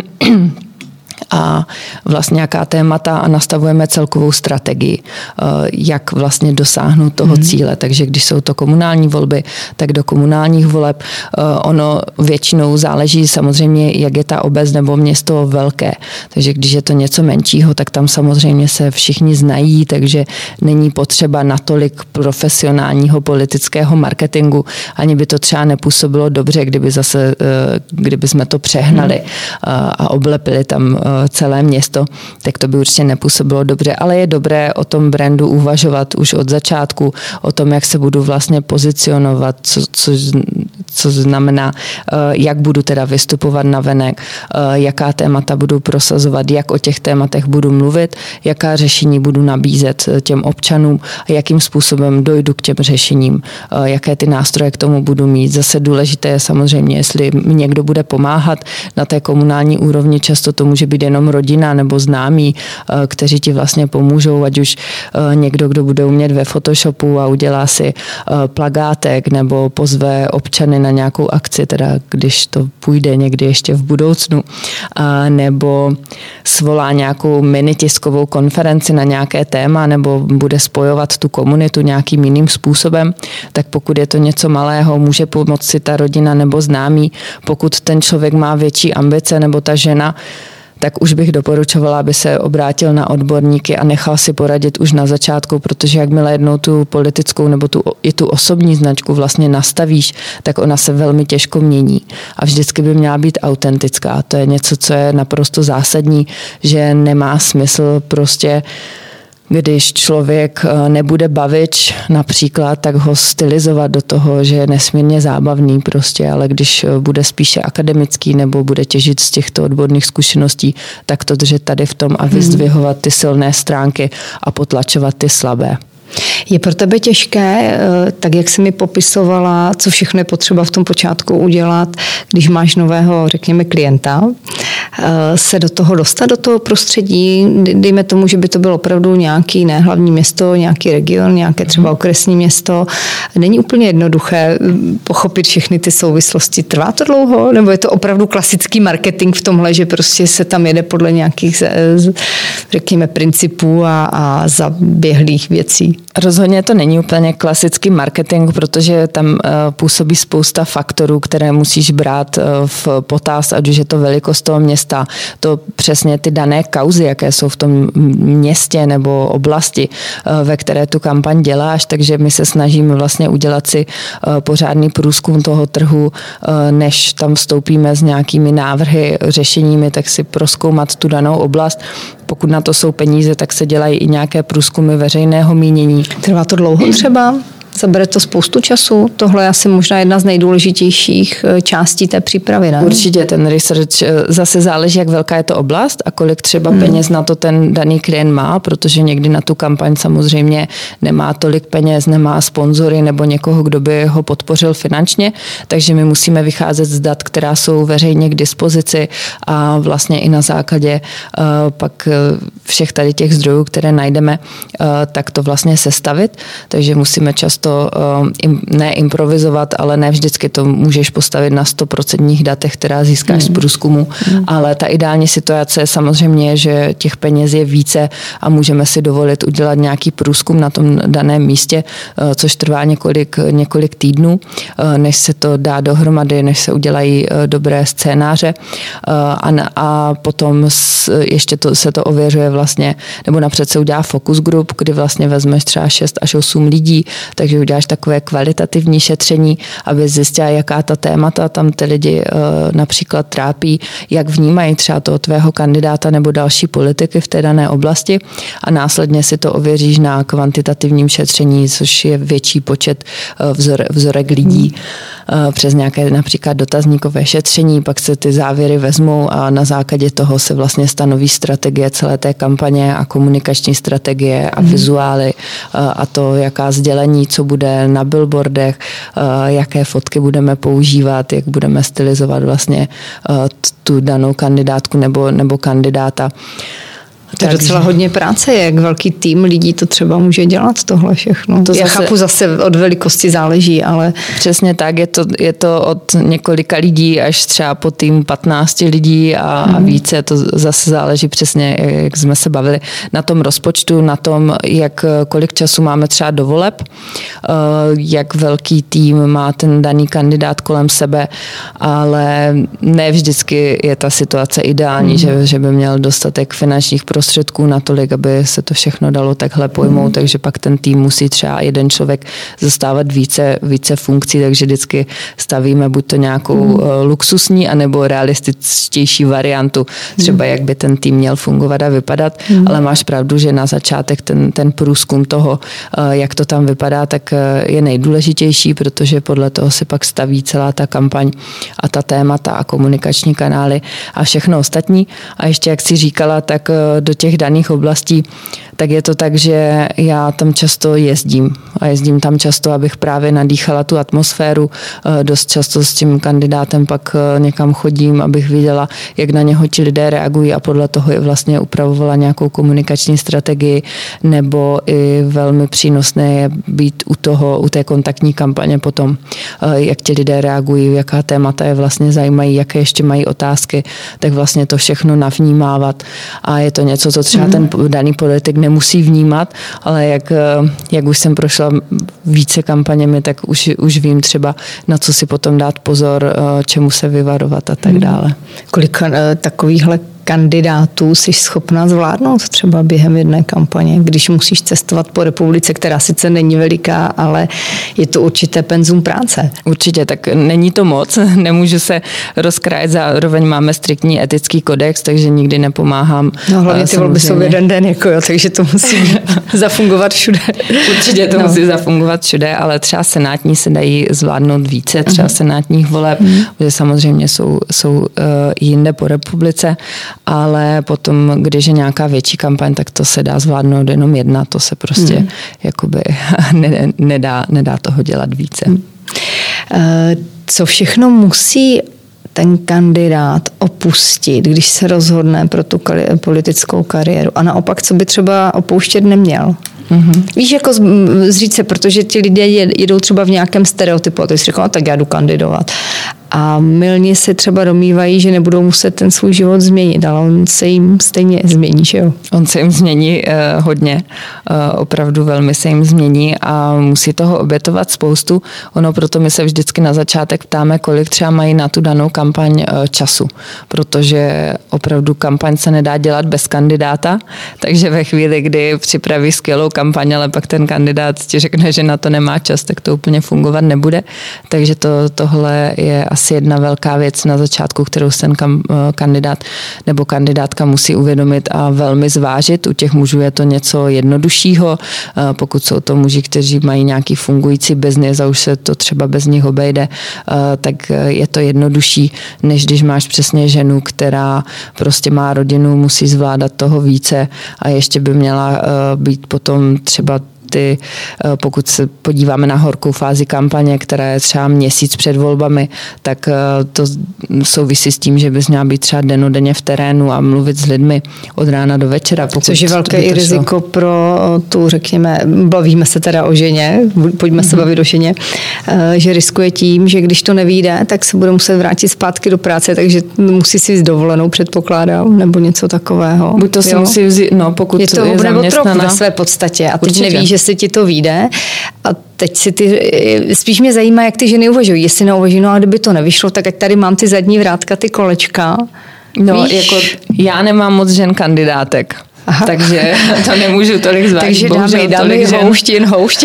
a vlastně nějaká témata a nastavujeme celkovou strategii, jak vlastně dosáhnout toho mm. cíle. Takže když jsou to komunální volby, tak do komunálních voleb ono většinou záleží samozřejmě, jak je ta obec nebo město velké. Takže když je to něco menšího, tak tam samozřejmě se všichni znají, takže není potřeba natolik profesionálního politického marketingu. Ani by to třeba nepůsobilo dobře, kdyby zase, kdyby jsme to přehnali mm. a oblepili tam celé město, tak to by určitě nepůsobilo dobře, ale je dobré o tom brandu uvažovat už od začátku, o tom, jak se budu vlastně pozicionovat, co, co, co znamená, jak budu teda vystupovat navenek, jaká témata budu prosazovat, jak o těch tématech budu mluvit, jaká řešení budu nabízet těm občanům a jakým způsobem dojdu k těm řešením, jaké ty nástroje k tomu budu mít. Zase důležité je samozřejmě, jestli mi někdo bude pomáhat na té komunální úrovni, často to může být jenom rodina nebo známí, kteří ti vlastně pomůžou, ať už někdo, kdo bude umět ve Photoshopu a udělá si plakátek nebo pozve občany na nějakou akci, teda když to půjde někdy ještě v budoucnu, nebo svolá nějakou mini tiskovou konferenci na nějaké téma nebo bude spojovat tu komunitu nějakým jiným způsobem, tak pokud je to něco malého, může pomoci ta rodina nebo známí. Pokud ten člověk má větší ambice nebo ta žena, tak už bych doporučovala, aby se obrátil na odborníky a nechal si poradit už na začátku, protože jakmile jednou tu politickou nebo tu, i tu osobní značku vlastně nastavíš, tak ona se velmi těžko mění a vždycky by měla být autentická. To je něco, co je naprosto zásadní, že nemá smysl prostě když člověk nebude bavič například, tak ho stylizovat do toho, že je nesmírně zábavný prostě, ale když bude spíše akademický nebo bude těžit z těchto odborných zkušeností, tak to držet tady v tom a vyzdvihovat ty silné stránky a potlačovat ty slabé.
Je pro tebe těžké, tak jak jsi mi popisovala, co všechno je potřeba v tom počátku udělat, když máš nového, řekněme, klienta, se do toho dostat, do toho prostředí, dejme tomu, že by to bylo opravdu nějaký ne hlavní město, nějaký region, nějaké třeba okresní město. Není úplně jednoduché pochopit všechny ty souvislosti. Trvá to dlouho? Nebo je to opravdu klasický marketing v tomhle, že prostě se tam jede podle nějakých, řekněme, principů a, a zaběhlých věcí?
Rozhodně to není úplně klasický marketing, protože tam působí spousta faktorů, které musíš brát v potaz, ať už je to velikost toho města, to přesně ty dané kauzy, jaké jsou v tom městě nebo oblasti, ve které tu kampaň děláš, takže my se snažíme vlastně udělat si pořádný průzkum toho trhu, než tam vstoupíme s nějakými návrhy, řešeními, tak si prozkoumat tu danou oblast. Pokud na to jsou peníze, tak se dělají i nějaké průzkumy veřejného mínění.
Trvá to dlouho třeba? Zabere to spoustu času? Tohle je asi možná jedna z nejdůležitějších částí té přípravy, ne?
Určitě, ten research zase záleží, jak velká je to oblast a kolik třeba hmm. peněz na to ten daný klient má, protože někdy na tu kampaň samozřejmě nemá tolik peněz, nemá sponzory nebo někoho, kdo by ho podpořil finančně, takže my musíme vycházet z dat, která jsou veřejně k dispozici a vlastně i na základě uh, pak všech tady těch zdrojů, které najdeme, uh, tak to vlastně sestavit, takže musíme často to ne improvizovat, ale ne vždycky to můžeš postavit na sto procent datech, která získáš hmm. z průzkumu, hmm. ale ta ideální situace je samozřejmě, že těch peněz je více a můžeme si dovolit udělat nějaký průzkum na tom daném místě, což trvá několik, několik týdnů, než se to dá dohromady, než se udělají dobré scénáře a, a potom ještě to, se to ověřuje vlastně, nebo napřed se udělá focus group, kdy vlastně vezmeš třeba šest až osm lidí, takže uděláš takové kvalitativní šetření, aby zjistila, jaká ta témata tam ty lidi například trápí, jak vnímají třeba toho tvého kandidáta nebo další politiky v té dané oblasti a následně si to ověříš na kvantitativním šetření, což je větší počet vzor, vzorek lidí hmm. přes nějaké například dotazníkové šetření, pak se ty závěry vezmou a na základě toho se vlastně stanoví strategie celé té kampaně a komunikační strategie a hmm. vizuály a to, jaká sdělení, co bude na billboardech, jaké fotky budeme používat, jak budeme stylizovat vlastně tu danou kandidátku nebo, nebo kandidáta.
To je docela hodně práce, jak velký tým lidí to třeba může dělat tohle všechno. To Já zase, chápu, zase od velikosti záleží, ale...
Přesně tak, je to, je to od několika lidí až třeba po tým patnácti lidí a, hmm. a více. To zase záleží přesně, jak jsme se bavili, na tom rozpočtu, na tom, jak kolik času máme třeba do voleb, jak velký tým má ten daný kandidát kolem sebe, ale ne vždycky je ta situace ideální, hmm. že, že by měl dostatek finančních prostředků prostředků natolik, aby se to všechno dalo takhle pojmout, mm. takže pak ten tým musí třeba jeden člověk zastávat více, více funkcí, takže vždycky stavíme buď to nějakou mm. luxusní, anebo realističtější variantu, třeba jak by ten tým měl fungovat a vypadat, mm. ale máš pravdu, že na začátek ten, ten průzkum toho, jak to tam vypadá, tak je nejdůležitější, protože podle toho si pak staví celá ta kampaň a ta témata a komunikační kanály a všechno ostatní. A ještě, jak jsi říkala, tak do těch daných oblastí, tak je to tak, že já tam často jezdím a jezdím tam často, abych právě nadýchala tu atmosféru. Dost často s tím kandidátem pak někam chodím, abych viděla, jak na něho ti lidé reagují a podle toho je vlastně upravovala nějakou komunikační strategii, nebo i velmi přínosné je být u toho, u té kontaktní kampaně potom, jak ti lidé reagují, jaká témata je vlastně zajímají, jaké ještě mají otázky, tak vlastně to všechno navnímávat a je to něco, co třeba ten daný politik nemusí vnímat, ale jak, jak už jsem prošla více kampaněmi, tak už, už vím třeba, na co si potom dát pozor, čemu se vyvarovat a tak dále.
Kolik takovýchhle kandidátů jsi schopná zvládnout třeba během jedné kampaně, když musíš cestovat po republice, která sice není veliká, ale je to určité penzum práce.
Určitě, tak není to moc, nemůžu se rozkrájet, zároveň máme striktní etický kodex, takže nikdy nepomáhám.
No hlavně ty volby jsou jeden den, jako jo, takže to musí zafungovat všude.
Určitě to no. musí zafungovat všude, ale třeba senátní se dají zvládnout více, třeba uh-huh. senátních voleb, uh-huh. protože samozřejmě jsou, jsou uh, jinde po republice, ale potom, když je nějaká větší kampaň, tak to se dá zvládnout jenom jedna, to se prostě hmm. jakoby ne, nedá, nedá toho dělat více. Hmm.
Co všechno musí ten kandidát opustit, když se rozhodne pro tu politickou kariéru a naopak, co by třeba opouštět neměl? Mm-hmm. Víš, jako zříct se, protože ti lidé jedou třeba v nějakém stereotypu a ty si říkala, tak já jdu kandidovat. A mylně se třeba domývají, že nebudou muset ten svůj život změnit, ale on se jim stejně změní, že jo?
On se jim změní uh, hodně, uh, opravdu velmi se jim změní a musí toho obětovat spoustu. Ono proto my se vždycky na začátek ptáme, kolik třeba mají na tu danou kampaň uh, času, protože opravdu kampaň se nedá dělat bez kandidáta, takže ve chvíli, kdy připraví skvělou kampaň, ale pak ten kandidát ti řekne, že na to nemá čas, tak to úplně fungovat nebude. Takže to, tohle je asi jedna velká věc na začátku, kterou ten kandidát nebo kandidátka musí uvědomit a velmi zvážit. U těch mužů je to něco jednoduššího, pokud jsou to muži, kteří mají nějaký fungující biznis a už se to třeba bez nich obejde, tak je to jednodušší, než když máš přesně ženu, která prostě má rodinu, musí zvládat toho více a ještě by měla být potom třeba ty, pokud se podíváme na horkou fázi kampaně, která je třeba měsíc před volbami, tak to souvisí s tím, že bys měla být třeba dennodenně v terénu a mluvit s lidmi od rána do večera.
Což je velké i riziko pro tu, řekněme, bavíme se teda o ženě, pojďme mm-hmm. se bavit o ženě, že riskuje tím, že když to nevyjde, tak se bude muset vrátit zpátky do práce, takže musí si vzít dovolenou, předpokládám, nebo něco takového.
Buď to si musí vzít, no pokud
je to
je zaměstnaná.
Ve své podstatě a teď
Určitě.
neví, že si ti to vyjde a teď si ty, spíš mě zajímá, jak ty ženy uvažují, jestli neuvažují, no a kdyby to nevyšlo, tak ať tady mám ty zadní vrátka, ty kolečka.
No,
víš?
Jako já nemám moc žen kandidátek. Aha. Takže to nemůžu tolik zvážit.
Takže dáme, dáme houšť, jen houšť.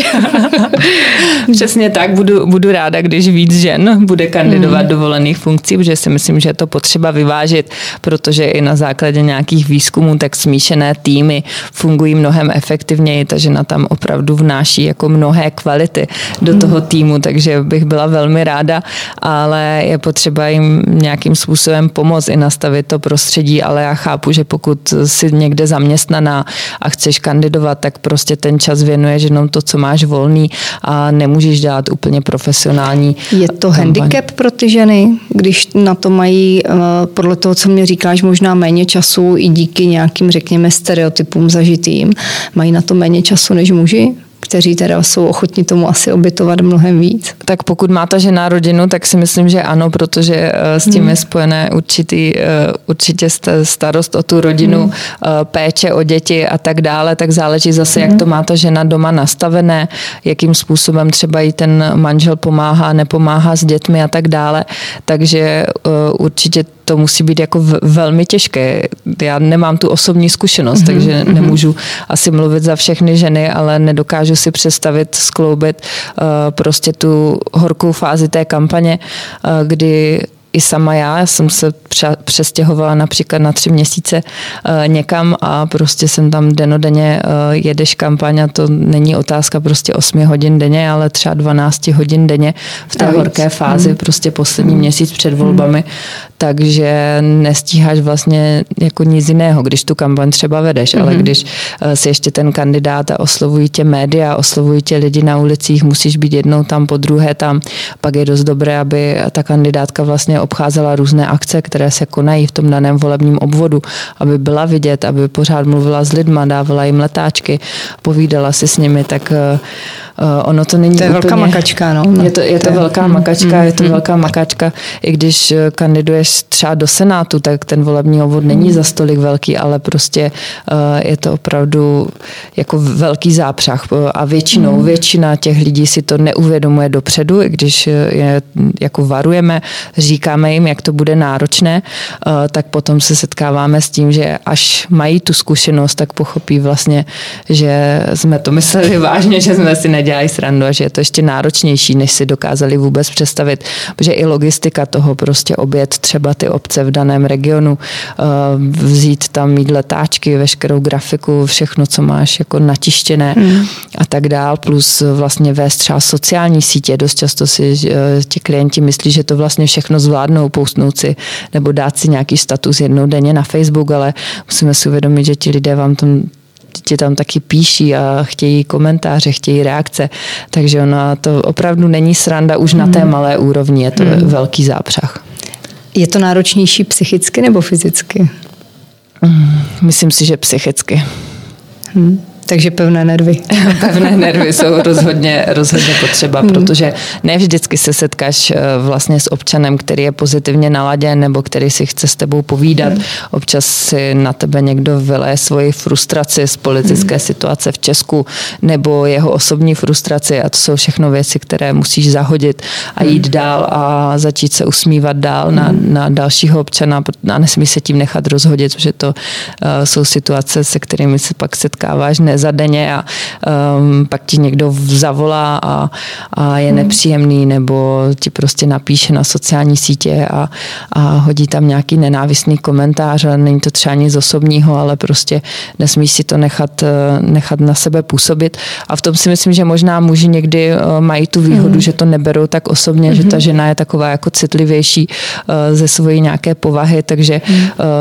Přesně tak, budu, budu ráda, když víc žen bude kandidovat mm. do volených funkcí, protože si myslím, že je to potřeba vyvážit, protože i na základě nějakých výzkumů tak smíšené týmy fungují mnohem efektivněji, ta žena tam opravdu vnáší jako mnohé kvality do mm. toho týmu, takže bych byla velmi ráda, ale je potřeba jim nějakým způsobem pomoct i nastavit to prostředí, ale já chápu, že pokud si někde zaměstnáš zaměstnaná a chceš kandidovat, tak prostě ten čas věnuješ jenom to, co máš volný a nemůžeš dělat úplně profesionální.
Je to kampaň. Handicap pro ty ženy, když na to mají, podle toho, co mi říkáš, možná méně času i díky nějakým, řekněme, stereotypům zažitým, mají na to méně času než muži? Kteří teda jsou ochotni tomu asi obětovat mnohem víc.
Tak pokud má ta žena rodinu, tak si myslím, že ano, protože s tím hmm. je spojené určitý, určitě starost o tu rodinu, hmm. péče o děti a tak dále, tak záleží zase, hmm. jak to má ta žena doma nastavené, jakým způsobem třeba jí ten manžel pomáhá, nepomáhá s dětmi a tak dále. Takže určitě to musí být jako velmi těžké. Já nemám tu osobní zkušenost, mm-hmm. takže nemůžu asi mluvit za všechny ženy, ale nedokážu si představit, skloubit uh, prostě tu horkou fázi té kampaně, uh, kdy i sama já, já jsem se přestěhovala například na tři měsíce uh, někam a prostě jsem tam dennodenně uh, jedeš kampaň a to není otázka prostě osmi hodin denně, ale třeba dvanáct hodin denně v té horké fázi, hmm. prostě poslední hmm. měsíc před volbami, hmm. takže nestíháš vlastně jako nic jiného, když tu kampaň třeba vedeš, hmm. ale když uh, si ještě ten kandidát a oslovují tě média, oslovují tě lidi na ulicích, musíš být jednou tam, po druhé tam, pak je dost dobré, aby ta kandidátka vlastně obcházela různé akce, které se konají v tom daném volebním obvodu, aby byla vidět, aby pořád mluvila s lidma, dávala jim letáčky, povídala si s nimi, tak uh, ono to není
to je
úplně...
velká makačka, no.
Je to, je to,
to
velká
mm,
makačka,
mm,
je to
mm.
velká makačka, i když kandiduješ třeba do Senátu, tak ten volební obvod není za stolik velký, ale prostě uh, je to opravdu jako velký zápřah a většinou, mm. většina těch lidí si to neuvědomuje dopředu, i když je jako varujeme, říkáme jim, jak to bude náročné, tak potom se setkáváme s tím, že až mají tu zkušenost, tak pochopí vlastně, že jsme to mysleli vážně, že jsme si nedělali srandu a že je to ještě náročnější, než si dokázali vůbec představit, protože i logistika toho prostě objet třeba ty obce v daném regionu, vzít tam mít letáčky, veškerou grafiku, všechno, co máš jako natištěné mm. a tak dál, plus vlastně vést třeba sociální sítě. Dost často si ti klienti myslí, že to vlastně všechno zvládnou, poustnout si nebo dát si nějaký status jednou denně na Facebook, ale musíme si uvědomit, že ti lidé vám tam ti tam taky píší a chtějí komentáře, chtějí reakce, takže ona to opravdu není sranda už na té malé úrovni, je to mm. velký zápřah.
Je to náročnější psychicky nebo fyzicky?
Myslím si, že psychicky.
Hmm. Takže pevné nervy.
Pevné nervy jsou rozhodně, rozhodně potřeba, hmm. protože ne vždycky se setkáš vlastně s občanem, který je pozitivně naladěn nebo který si chce s tebou povídat. Hmm. Občas si na tebe někdo vyleje svoji frustraci z politické hmm. situace v Česku nebo jeho osobní frustraci a to jsou všechno věci, které musíš zahodit a jít hmm. dál a začít se usmívat dál hmm. na, na dalšího občana a nesmí se tím nechat rozhodit, protože to uh, jsou situace, se kterými se pak setkáváš ne za denně a um, pak ti někdo zavolá a, a je nepříjemný nebo ti prostě napíše na sociální sítě a, a hodí tam nějaký nenávistný komentář a není to třeba nic osobního, ale prostě nesmíš si to nechat, nechat na sebe působit a v tom si myslím, že možná muži někdy mají tu výhodu, mm. že to neberou tak osobně, mm-hmm. že ta žena je taková jako citlivější uh, ze svojí nějaké povahy, takže mm. um,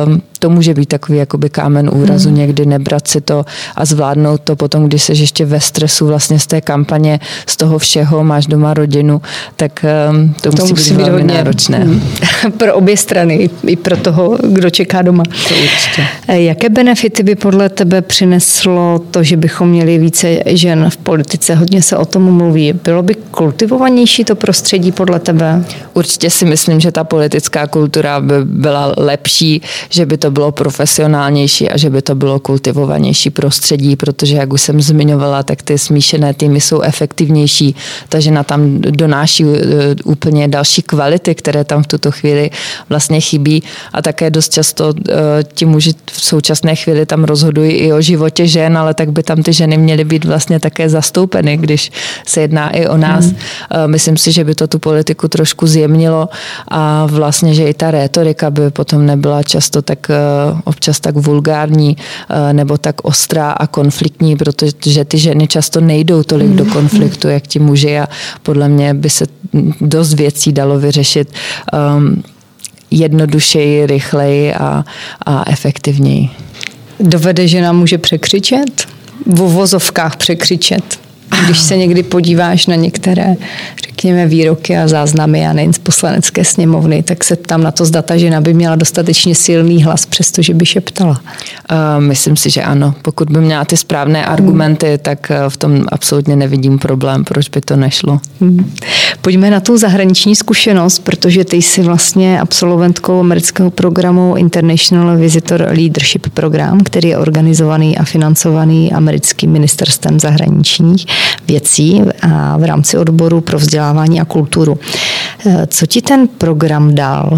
to může být takový jakoby kámen úrazu, hmm. někdy nebrat si to a zvládnout to potom, když seš ještě ve stresu vlastně z té kampaně, z toho všeho, máš doma rodinu, tak to, to musí, musí být, být velmi hodně náročné. Hmm.
Pro obě strany, i pro toho, kdo čeká doma.
To určitě.
Jaké benefity by podle tebe přineslo to, že bychom měli více žen v politice? Hodně se o tom mluví. Bylo by kultivovanější to prostředí podle tebe?
Určitě si myslím, že ta politická kultura by byla lepší, že by to bylo profesionálnější a že by to bylo kultivovanější prostředí, protože, jak už jsem zmiňovala, tak ty smíšené týmy jsou efektivnější, ta žena tam donáší úplně další kvality, které tam v tuto chvíli vlastně chybí a také dost často ti muži v současné chvíli tam rozhodují i o životě žen, ale tak by tam ty ženy měly být vlastně také zastoupeny, když se jedná i o nás. Hmm. Myslím si, že by to tu politiku trošku zjemnilo a vlastně, že i ta rétorika by potom nebyla často tak občas tak vulgární nebo tak ostrá a konfliktní, protože ty ženy často nejdou tolik do konfliktu, jak ti muži a podle mě by se dost věcí dalo vyřešit um, jednodušeji, rychleji a, a efektivněji.
Dovede žena může překřičet? V uvozovkách překřičet? Když se někdy podíváš na některé, řekněme, výroky a záznamy a nejen z poslanecké sněmovny, tak se ptám na to, zda ta žena by měla dostatečně silný hlas, přestože by šeptala.
Uh, myslím si, že ano. Pokud by měla ty správné argumenty, tak v tom absolutně nevidím problém, proč by to nešlo.
Hmm. Pojďme na tu zahraniční zkušenost, protože ty jsi vlastně absolventkou amerického programu International Visitor Leadership Program, který je organizovaný a financovaný americkým ministerstvem zahraničních věcí a v rámci odboru pro vzdělávání a kulturu. Co ti ten program dal?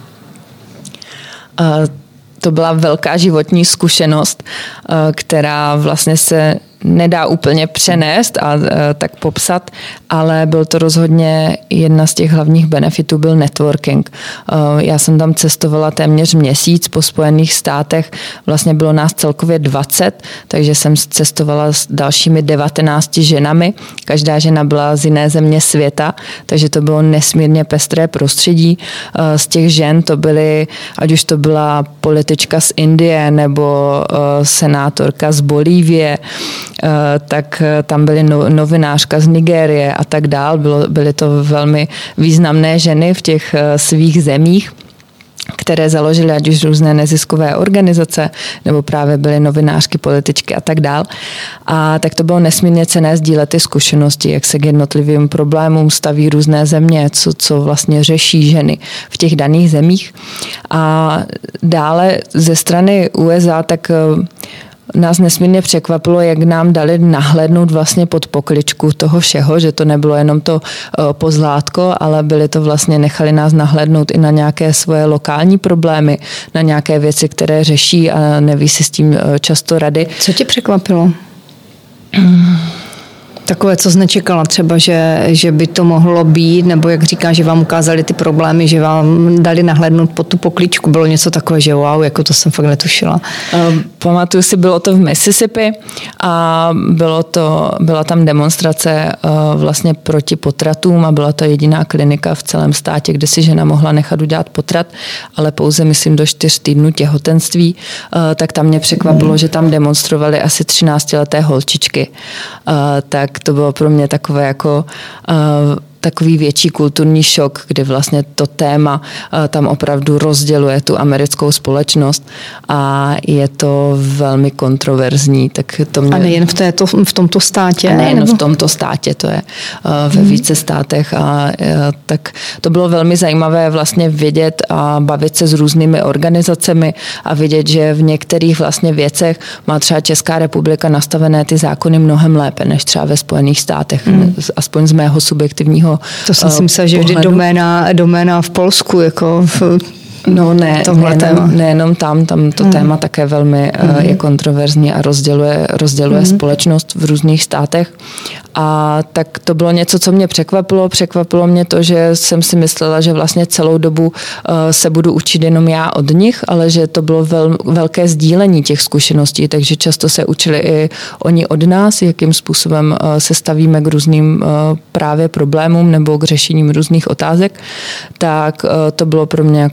Uh, to byla velká životní zkušenost, uh, která vlastně se nedá úplně přenést a tak popsat, ale byl to rozhodně jedna z těch hlavních benefitů byl networking. Já jsem tam cestovala téměř měsíc po Spojených státech, vlastně bylo nás celkově dvacet, takže jsem cestovala s dalšími devatenácti ženami. Každá žena byla z jiné země světa, takže to bylo nesmírně pestré prostředí. Z těch žen to byly, ať už to byla politička z Indie nebo senátorka z Bolívie, tak tam byly novinářka z Nigérie a tak dál. Bylo, byly to velmi významné ženy v těch svých zemích, které založily ať už různé neziskové organizace, nebo právě byly novinářky, političky a tak dál. A tak to bylo nesmírně cenné sdílet ty zkušenosti, jak se k jednotlivým problémům staví různé země, co, co vlastně řeší ženy v těch daných zemích. A dále ze strany U S A tak nás nesmírně překvapilo, jak nám dali nahlédnout vlastně pod pokličku toho všeho, že to nebylo jenom to pozlátko, ale byli to vlastně, nechali nás nahlédnout i na nějaké svoje lokální problémy, na nějaké věci, které řeší a neví si s tím často rady.
Co tě překvapilo? Takové, co jsi nečekala třeba, že, že by to mohlo být, nebo jak říká, že vám ukázali ty problémy, že vám dali nahlédnout pod tu pokličku. Bylo něco takové, že wow, jako to jsem fakt netušila.
Pamatuju si, bylo to v Mississippi a bylo to, byla tam demonstrace vlastně proti potratům a byla to jediná klinika v celém státě, kde si žena mohla nechat udělat potrat, ale pouze, myslím, do čtyř týdnů těhotenství. Tak tam mě překvapilo, hmm. že tam demonstrovali asi třináctileté holčičky. Tak to bylo pro mě takové jako uh, takový větší kulturní šok, kdy vlastně to téma uh, tam opravdu rozděluje tu americkou společnost a je to velmi kontroverzní. Tak to mě...
A nejen v, této, v tomto státě?
A nejen nebo... v tomto státě, to je uh, ve hmm. více státech. A uh, tak to bylo velmi zajímavé vlastně vidět a bavit se s různými organizacemi a vidět, že v některých vlastně věcech má třeba Česká republika nastavené ty zákony mnohem lépe, než třeba ve Spojených státech, hmm. aspoň z mého subjektivního
To jsem si myslela, že vždy doména, doména v Polsku, jako v
No ne, nejenom, nejenom tam, tam to hmm. téma také velmi hmm. je kontroverzní a rozděluje, rozděluje hmm. společnost v různých státech. A tak to bylo něco, co mě překvapilo. Překvapilo mě to, že jsem si myslela, že vlastně celou dobu se budu učit jenom já od nich, ale že to bylo vel, velké sdílení těch zkušeností, takže často se učili i oni od nás, jakým způsobem se stavíme k různým právě problémům nebo k řešením různých otázek. Tak to bylo pro mě jako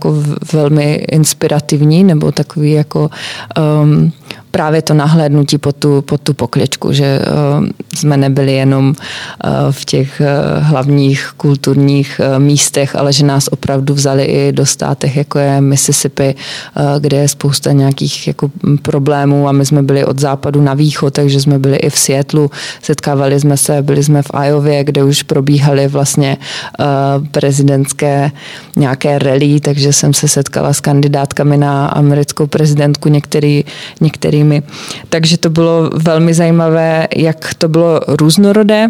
velmi inspirativní, nebo takový jako um, právě to nahlédnutí pod tu, pod tu pokličku, že uh, jsme nebyli jenom uh, v těch uh, hlavních kulturních uh, místech, ale že nás opravdu vzali i do státech, jako je Mississippi, uh, kde je spousta nějakých jako problémů a my jsme byli od západu na východ, takže jsme byli i v Seattlu, setkávali jsme se, byli jsme v Iově, kde už probíhaly vlastně uh, prezidentské nějaké rally, takže jsem se setkala s kandidátkami na americkou prezidentku, některý, některý takže to bylo velmi zajímavé, jak to bylo různorodé.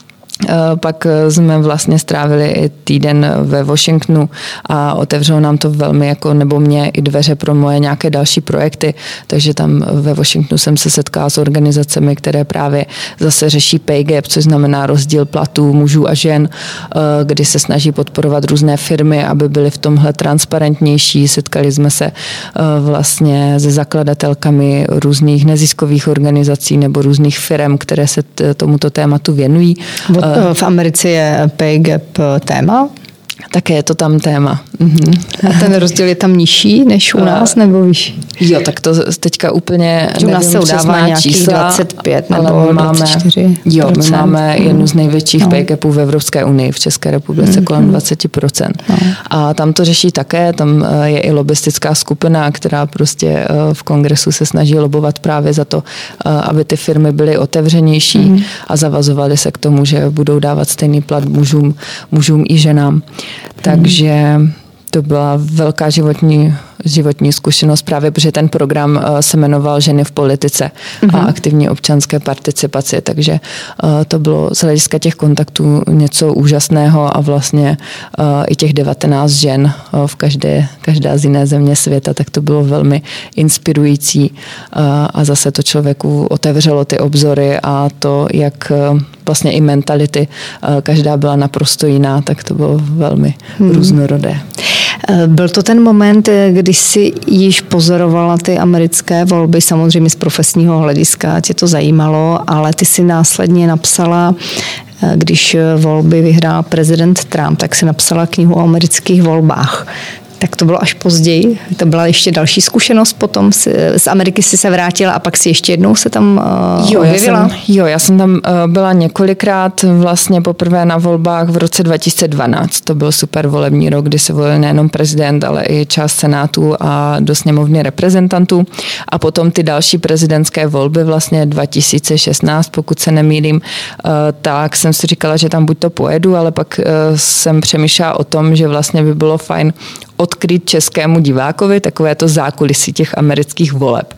Pak jsme vlastně strávili i týden ve Washingtonu a otevřelo nám to velmi jako, nebo mě i dveře pro moje nějaké další projekty, takže tam ve Washingtonu jsem se setkala s organizacemi, které právě zase řeší pay gap, což znamená rozdíl platů mužů a žen, kdy se snaží podporovat různé firmy, aby byly v tomhle transparentnější. Setkali jsme se vlastně se zakladatelkami různých neziskových organizací nebo různých firm, které se tomuto tématu věnují.
V Americe je pay gap téma?
Také je to tam téma. Mhm.
A ten rozdíl je tam nižší než u nás nebo vyšší?
Jo, tak to teďka úplně
u nás se udává nějakých čísla, dvacet pět nebo máme, dvacet čtyři procent.
Jo, my máme jednu z největších no. pay gapů v Evropské unii, v České republice mm-hmm. kolem dvacet procent. No. A tam to řeší také, tam je i lobistická skupina, která prostě v kongresu se snaží lobovat právě za to, aby ty firmy byly otevřenější mm-hmm. a zavazovaly se k tomu, že budou dávat stejný plat mužům, mužům i ženám. Takže to byla velká životní, životní zkušenost právě, protože ten program se jmenoval Ženy v politice mm-hmm. a aktivní občanské participaci, takže to bylo z hlediska těch kontaktů něco úžasného a vlastně i těch devatenáct žen v každé, každá z jiné země světa, tak to bylo velmi inspirující a zase to člověku otevřelo ty obzory a to, jak vlastně i mentality, každá byla naprosto jiná, tak to bylo velmi hmm. různorodé.
Byl to ten moment, kdy jsi již pozorovala ty americké volby, samozřejmě z profesního hlediska tě to zajímalo, ale ty si následně napsala, když volby vyhrál prezident Trump, tak si napsala knihu o amerických volbách. Tak to bylo až později. To byla ještě další zkušenost potom. Z Ameriky si se vrátila a pak si ještě jednou se tam uh,
jo,
objevila?
Já jsem, jo, já jsem tam uh, byla několikrát, vlastně poprvé na volbách v roce dva tisíce dvanáct. To byl super volební rok, kdy se volil nejenom prezident, ale i část senátu a do sněmovny reprezentantů. A potom ty další prezidentské volby vlastně dva tisíce šestnáct, pokud se nemýlím, uh, tak jsem si říkala, že tam buď to pojedu, ale pak uh, jsem přemýšlela o tom, že vlastně by bylo fajn odkryt českému divákovi takové to zákulisí těch amerických voleb.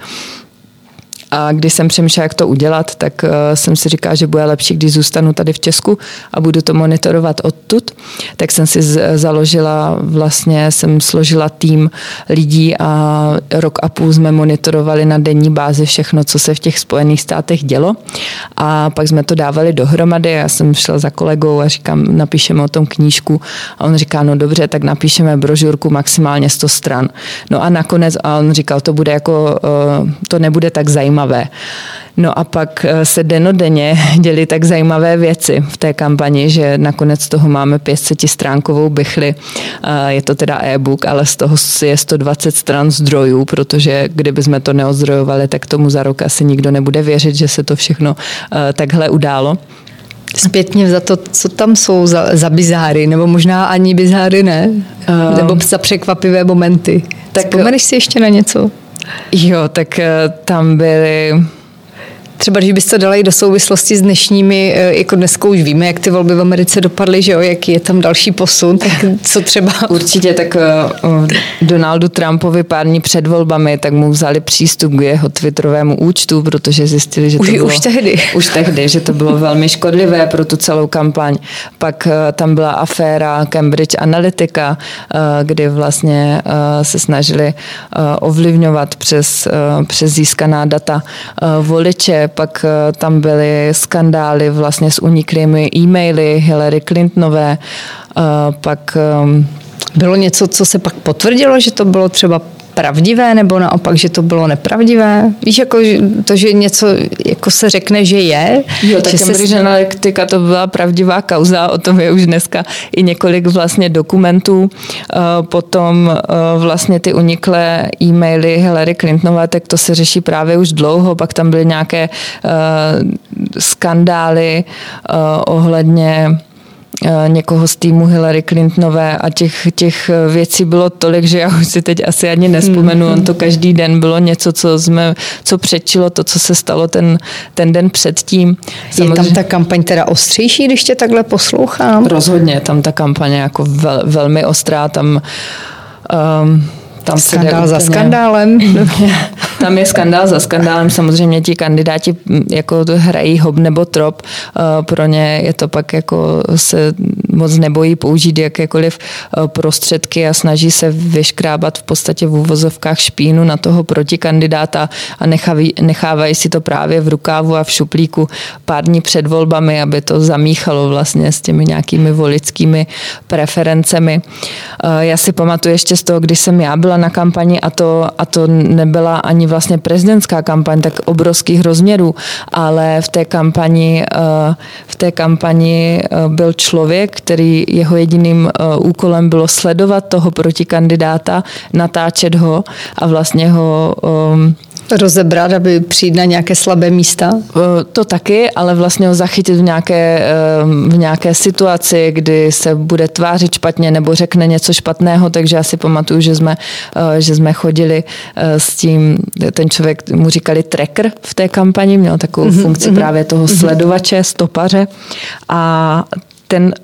A když jsem přemýšlela, jak to udělat, tak uh, jsem si říkala, že bude lepší, když zůstanu tady v Česku a budu to monitorovat odtud. Tak jsem si z- založila, vlastně jsem složila tým lidí a rok a půl jsme monitorovali na denní bázi všechno, co se v těch Spojených státech dělo. A pak jsme to dávali dohromady. Já jsem šla za kolegou a říkám, napíšeme o tom knížku. A on říká, no dobře, tak napíšeme brožurku maximálně sto stran. No a nakonec, a on říkal, to bude jako, uh, to nebude tak zajímavé. No a pak se dennodenně děly tak zajímavé věci v té kampani, že nakonec toho máme pětsetstránkovou bichli. Je to teda e-book, ale z toho je sto dvacet stran zdrojů, protože kdyby jsme to neozdrojovali, tak tomu za rok asi nikdo nebude věřit, že se to všechno takhle událo.
Zpětně za to, co tam jsou za, za bizáry, nebo možná ani bizáry ne, um, nebo za překvapivé momenty. Tak vzpomeneš si ještě na něco?
Jo, tak tam byly...
Třeba, když bys to dala i do souvislosti s dnešními, jako dneska už víme, jak ty volby v Americe dopadly, že jo, jaký je tam další posun, tak co třeba...
Určitě, tak uh, Donaldu Trumpovi pár dní před volbami, tak mu vzali přístup k jeho twitterovému účtu, protože zjistili, že to
už,
bylo...
Už tehdy.
Už tehdy, že to bylo velmi škodlivé pro tu celou kampaň. Pak uh, tam byla aféra Cambridge Analytica, uh, kdy vlastně uh, se snažili uh, ovlivňovat přes, uh, přes získaná data uh, voliče. Pak tam byly skandály vlastně s uniklými e-maily Hillary Clintonové, pak...
Bylo něco, co se pak potvrdilo, že to bylo třeba pravdivé, nebo naopak, že to bylo nepravdivé? Víš, jako to, že něco jako se řekne, že je.
Jo, tak
Cambridge
se... Analytica to byla pravdivá kauza, o tom je už dneska i několik vlastně dokumentů. Potom vlastně ty uniklé e-maily Hillary Clintonové, tak to se řeší právě už dlouho, pak tam byly nějaké skandály ohledně někoho z týmu Hillary Clintonové a těch, těch věcí bylo tolik, že já už si teď asi ani nespomenu. On to každý den bylo něco, co jsme, co předčilo to, co se stalo ten, ten den předtím.
Samozřejmě... Je tam ta kampaň teda ostřejší, když tě takhle poslouchám?
Rozhodně, tam ta kampaň je jako vel, velmi ostrá, tam um, Tam
skandál za úplně, skandálem.
Tam je skandál za skandálem. Samozřejmě ti kandidáti jako hrají hob nebo trop. Pro ně je to pak jako se moc nebojí použít jakékoliv prostředky a snaží se vyškrábat v podstatě v uvozovkách špínu na toho protikandidáta a nechávají, nechávají si to právě v rukávu a v šuplíku pár dní před volbami, aby to zamíchalo vlastně s těmi nějakými voličskými preferencemi. Já si pamatuju ještě z toho, když jsem já byla na kampani a to, a to nebyla ani vlastně prezidentská kampaň tak obrovských rozměrů, ale v té kampani, v té kampani byl člověk, který jeho jediným úkolem bylo sledovat toho protikandidáta, natáčet ho a vlastně ho
rozebrat, aby přijít na nějaké slabé místa?
To taky, ale vlastně ho zachytit v nějaké, v nějaké situaci, kdy se bude tvářit špatně nebo řekne něco špatného, takže já si pamatuju, že jsme, že jsme chodili s tím, ten člověk mu říkali tracker v té kampani, měl takovou mm-hmm, funkci mm-hmm. právě toho sledovače, stopaře a ten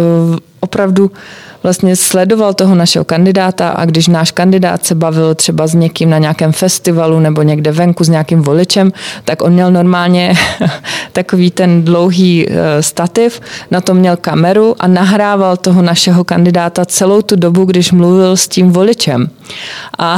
opravdu vlastně sledoval toho našeho kandidáta a když náš kandidát se bavil třeba s někým na nějakém festivalu nebo někde venku s nějakým voličem, tak on měl normálně takový ten dlouhý stativ, na tom měl kameru a nahrával toho našeho kandidáta celou tu dobu, když mluvil s tím voličem. A,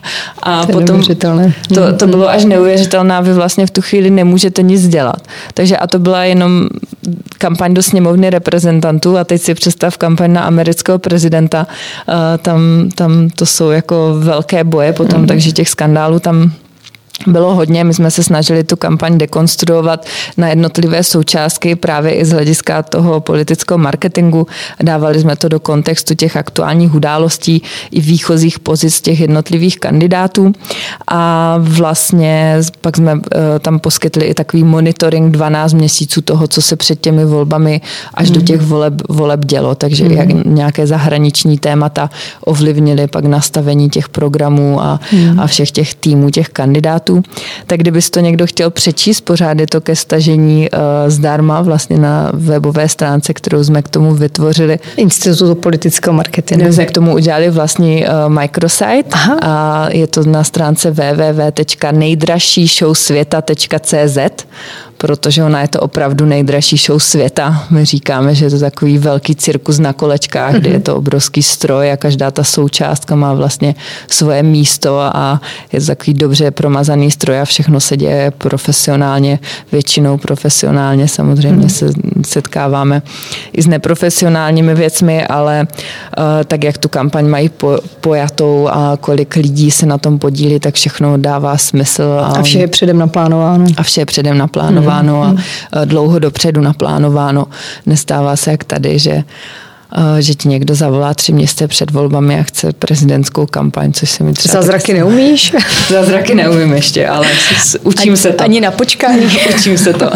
a
to
potom to, to bylo až neuvěřitelné a vy vlastně v tu chvíli nemůžete nic dělat. Takže a to byla jenom kampaň do sněmovny reprezentantů a teď si představ kampaň na amerického prezidenta. Tam, tam to jsou jako velké boje potom, mm. takže těch skandálů tam bylo hodně. My jsme se snažili tu kampaň dekonstruovat na jednotlivé součástky právě i z hlediska toho politického marketingu. Dávali jsme to do kontextu těch aktuálních událostí i výchozích pozic těch jednotlivých kandidátů a vlastně pak jsme tam poskytli i takový monitoring dvanáct měsíců toho, co se před těmi volbami až mm. do těch voleb, voleb dělo. Takže mm. jak nějaké zahraniční témata ovlivnily pak nastavení těch programů a, mm. a všech těch týmů, těch kandidátů. Tak kdybys to někdo chtěl přečíst, pořád je to ke stažení uh, zdarma vlastně na webové stránce, kterou jsme k tomu vytvořili.
Institutu politického marketingu.
My jsme k tomu udělali vlastní uh, microsite Aha. a je to na stránce w w w tečka nejdražší show světa tečka c z, protože ona je to opravdu nejdražší show světa. My říkáme, že je to takový velký cirkus na kolečkách, mm-hmm. kde je to obrovský stroj a každá ta součástka má vlastně svoje místo a je to takový dobře promazaný stroj a všechno se děje profesionálně, většinou profesionálně. Samozřejmě mm-hmm. se setkáváme i s neprofesionálními věcmi, ale uh, tak, jak tu kampaň mají po, pojatou a kolik lidí se na tom podílí, tak všechno dává smysl. A,
a vše je předem naplánováno.
A vše je předem naplánováno. a dlouho dopředu naplánováno. Nestává se jak tady, že, že ti někdo zavolá tři měsíce před volbami a chce prezidentskou kampaň, což se mi třeba...
Zázraky neumíš?
Zázraky neumím ještě, ale učím
ani,
se to.
Ani na počkání.
Učím se to.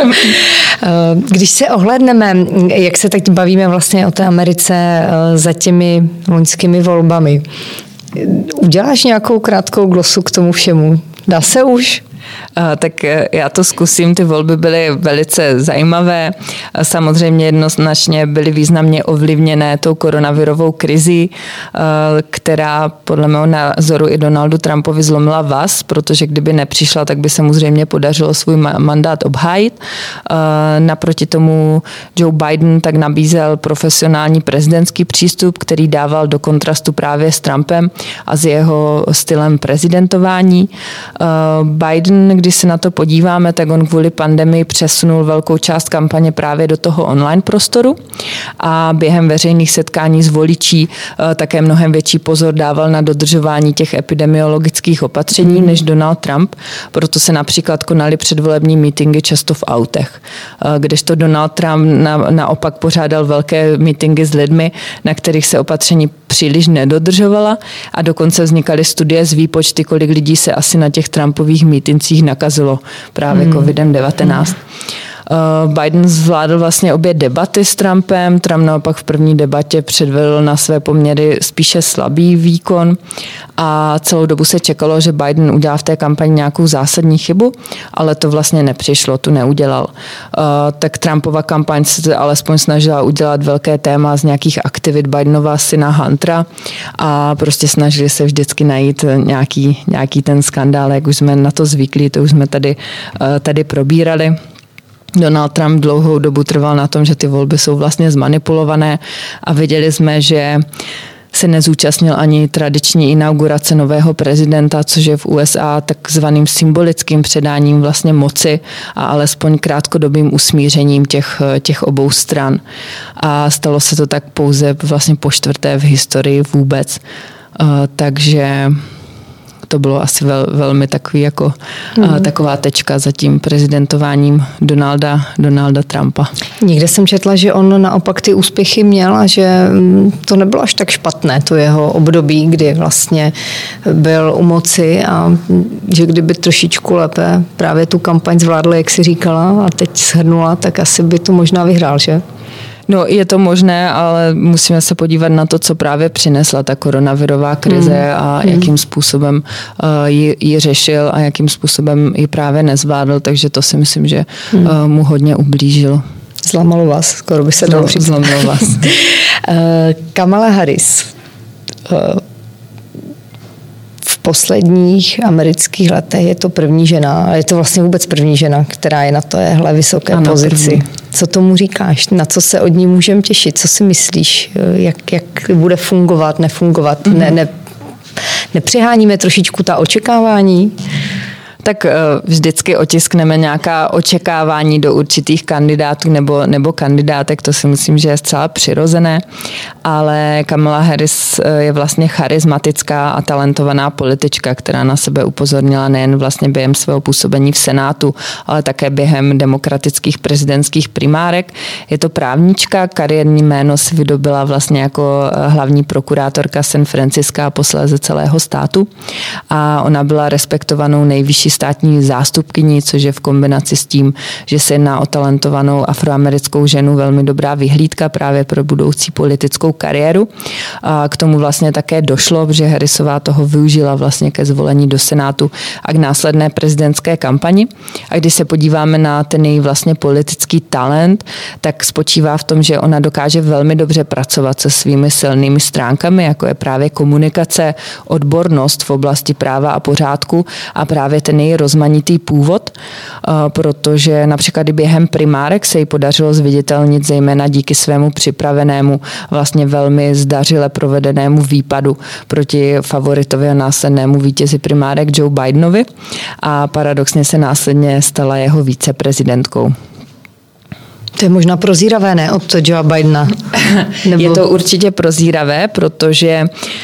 Když se ohlédneme, jak se teď bavíme vlastně o té Americe za těmi loňskými volbami, uděláš nějakou krátkou glosu k tomu všemu? Dá se už?
Tak já to zkusím. Ty volby byly velice zajímavé. Samozřejmě jednoznačně byly významně ovlivněné tou koronavirovou krizí, která podle mého názoru i Donaldu Trumpovi zlomila vaz, protože kdyby nepřišla, tak by se mu zřejmě podařilo svůj mandát obhájit. Naproti tomu Joe Biden tak nabízel profesionální prezidentský přístup, který dával do kontrastu právě s Trumpem a s jeho stylem prezidentování. Biden Biden, když se na to podíváme, tak on kvůli pandemii přesunul velkou část kampaně právě do toho online prostoru a během veřejných setkání s voličí také mnohem větší pozor dával na dodržování těch epidemiologických opatření než Donald Trump, proto se například konaly předvolební mítinky často v autech, kdežto Donald Trump na, naopak pořádal velké mítinky s lidmi, na kterých se opatření příliš nedodržovala a dokonce vznikaly studie z výpočty, kolik lidí se asi na těch Trumpových mítincích nakazilo právě hmm. covid devatenáct. Biden zvládl vlastně obě debaty s Trumpem, Trump naopak v první debatě předvedl na své poměry spíše slabý výkon a celou dobu se čekalo, že Biden udělá v té kampani nějakou zásadní chybu, ale to vlastně nepřišlo, tu neudělal. Tak Trumpova kampaň se alespoň snažila udělat velké téma z nějakých aktivit Bidenova syna Huntera a prostě snažili se vždycky najít nějaký, nějaký ten skandál, jak už jsme na to zvyklí, to už jsme tady, tady probírali. Donald Trump dlouhou dobu trval na tom, že ty volby jsou vlastně zmanipulované a viděli jsme, že se nezúčastnil ani tradiční inaugurace nového prezidenta, což je v U S A takzvaným symbolickým předáním vlastně moci a alespoň krátkodobým usmířením těch, těch obou stran. A stalo se to tak pouze vlastně po čtvrté v historii vůbec. Uh, takže to bylo asi vel, velmi takový jako, mm. a, taková tečka za tím prezidentováním Donalda, Donalda Trumpa.
Někde jsem četla, že on naopak ty úspěchy měl a že to nebylo až tak špatné, to jeho období, kdy vlastně byl u moci a že kdyby trošičku lépe právě tu kampaň zvládla, jak si říkala, a teď shrnula, tak asi by to možná vyhrál, že?
No, je to možné, ale musíme se podívat na to, co právě přinesla ta koronavirová krize mm. a jakým způsobem uh, ji, ji řešil a jakým způsobem ji právě nezvládl, takže to si myslím, že mm. uh, mu hodně ublížilo.
Zlamalo vás, skoro by se dalo říct.
Zlamalo vás.
Kamala Harris uh, v posledních amerických letech je to první žena, a je to vlastně vůbec první žena, která je na téhle vysoké ano, pozici. První. Co tomu říkáš? Na co se od ní můžeme těšit? Co si myslíš? Jak, jak bude fungovat, nefungovat? Mm-hmm. Ne, ne, nepřeháníme trošičku ta očekávání?
Tak vždycky otiskneme nějaká očekávání do určitých kandidátů nebo, nebo kandidátek, to si myslím, že je zcela přirozené, ale Kamala Harris je vlastně charismatická a talentovaná politička, která na sebe upozornila nejen vlastně během svého působení v Senátu, ale také během demokratických prezidentských primárek. Je to právnička, kariérní jméno si vydobila vlastně jako hlavní prokurátorka San Francisca a posléze celého státu a ona byla respektovanou nejvyšší státní zástupkyní, což je v kombinaci s tím, že se jedná o talentovanou afroamerickou ženu, velmi dobrá vyhlídka právě pro budoucí politickou kariéru. A k tomu vlastně také došlo, že Harrisová toho využila vlastně ke zvolení do Senátu a k následné prezidentské kampani. A když se podíváme na ten její vlastně politický talent, tak spočívá v tom, že ona dokáže velmi dobře pracovat se svými silnými stránkami, jako je právě komunikace, odbornost v oblasti práva a pořádku a právě ten její rozmanitý původ, protože například i během primárek se jí podařilo zviditelnit zejména díky svému připravenému, vlastně velmi zdařile provedenému výpadu proti favoritovi a následnému vítězi primárek Joe Bidenovi a paradoxně se následně stala jeho viceprezidentkou.
To je možná prozíravé, ne, od Joea Bidena?
Nebo... Je to určitě prozíravé, protože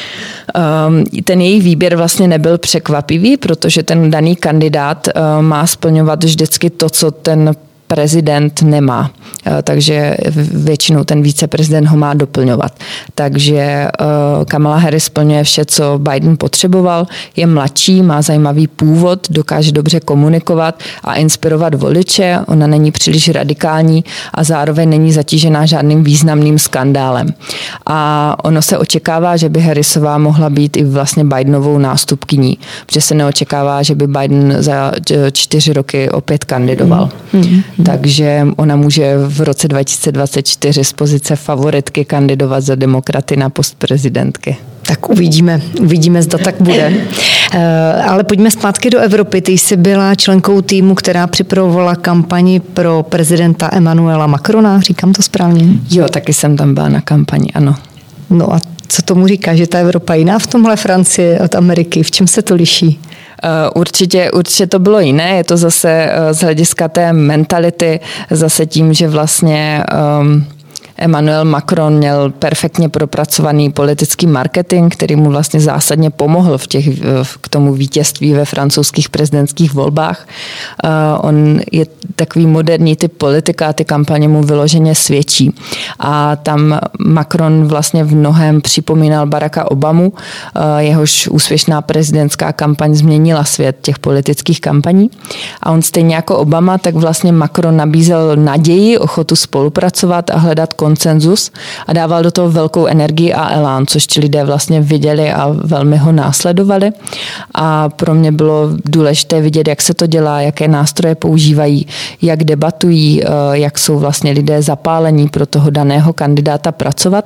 ten její výběr vlastně nebyl překvapivý, protože ten daný kandidát má splňovat vždycky to, co ten prezident nemá. Takže většinou ten viceprezident ho má doplňovat. Takže Kamala Harris splňuje vše, co Biden potřeboval. Je mladší, má zajímavý původ, dokáže dobře komunikovat a inspirovat voliče. Ona není příliš radikální a zároveň není zatížená žádným významným skandálem. A ono se očekává, že by Harrisová mohla být i vlastně Bidenovou nástupkyní, protože se neočekává, že by Biden za čtyři roky opět kandidoval. Mm. Takže ona může v roce dva tisíce dvacet čtyři z pozice favoritky kandidovat za demokraty na post prezidentky.
Tak uvidíme, uvidíme, zda tak bude. Ale pojďme zpátky do Evropy. Ty jsi byla členkou týmu, která připravovala kampani pro prezidenta Emmanuela Macrona, říkám to správně?
Jo, taky jsem tam byla na kampani, ano.
No a co tomu říká, že ta Evropa je jiná v tomhle Francie od Ameriky? V čem se to liší?
Určitě, určitě to bylo jiné, je to zase z hlediska té mentality, zase tím, že vlastně um, Emmanuel Macron měl perfektně propracovaný politický marketing, který mu vlastně zásadně pomohl v těch, k tomu vítězství ve francouzských prezidentských volbách. Uh, on je takový moderní typ politika a ty kampaně mu vyloženě svědčí. A tam Macron vlastně v mnohém připomínal Baracka Obamu, uh, jehož úspěšná prezidentská kampaň změnila svět těch politických kampaní. A on stejně jako Obama, tak vlastně Macron nabízel naději, ochotu spolupracovat a hledat konsenzus a dával do toho velkou energii a elán, což ti lidé vlastně viděli a velmi ho následovali. A pro mě bylo důležité vidět, jak se to dělá, jaké nástroje používají, jak debatují, jak jsou vlastně lidé zapálení pro toho daného kandidáta pracovat.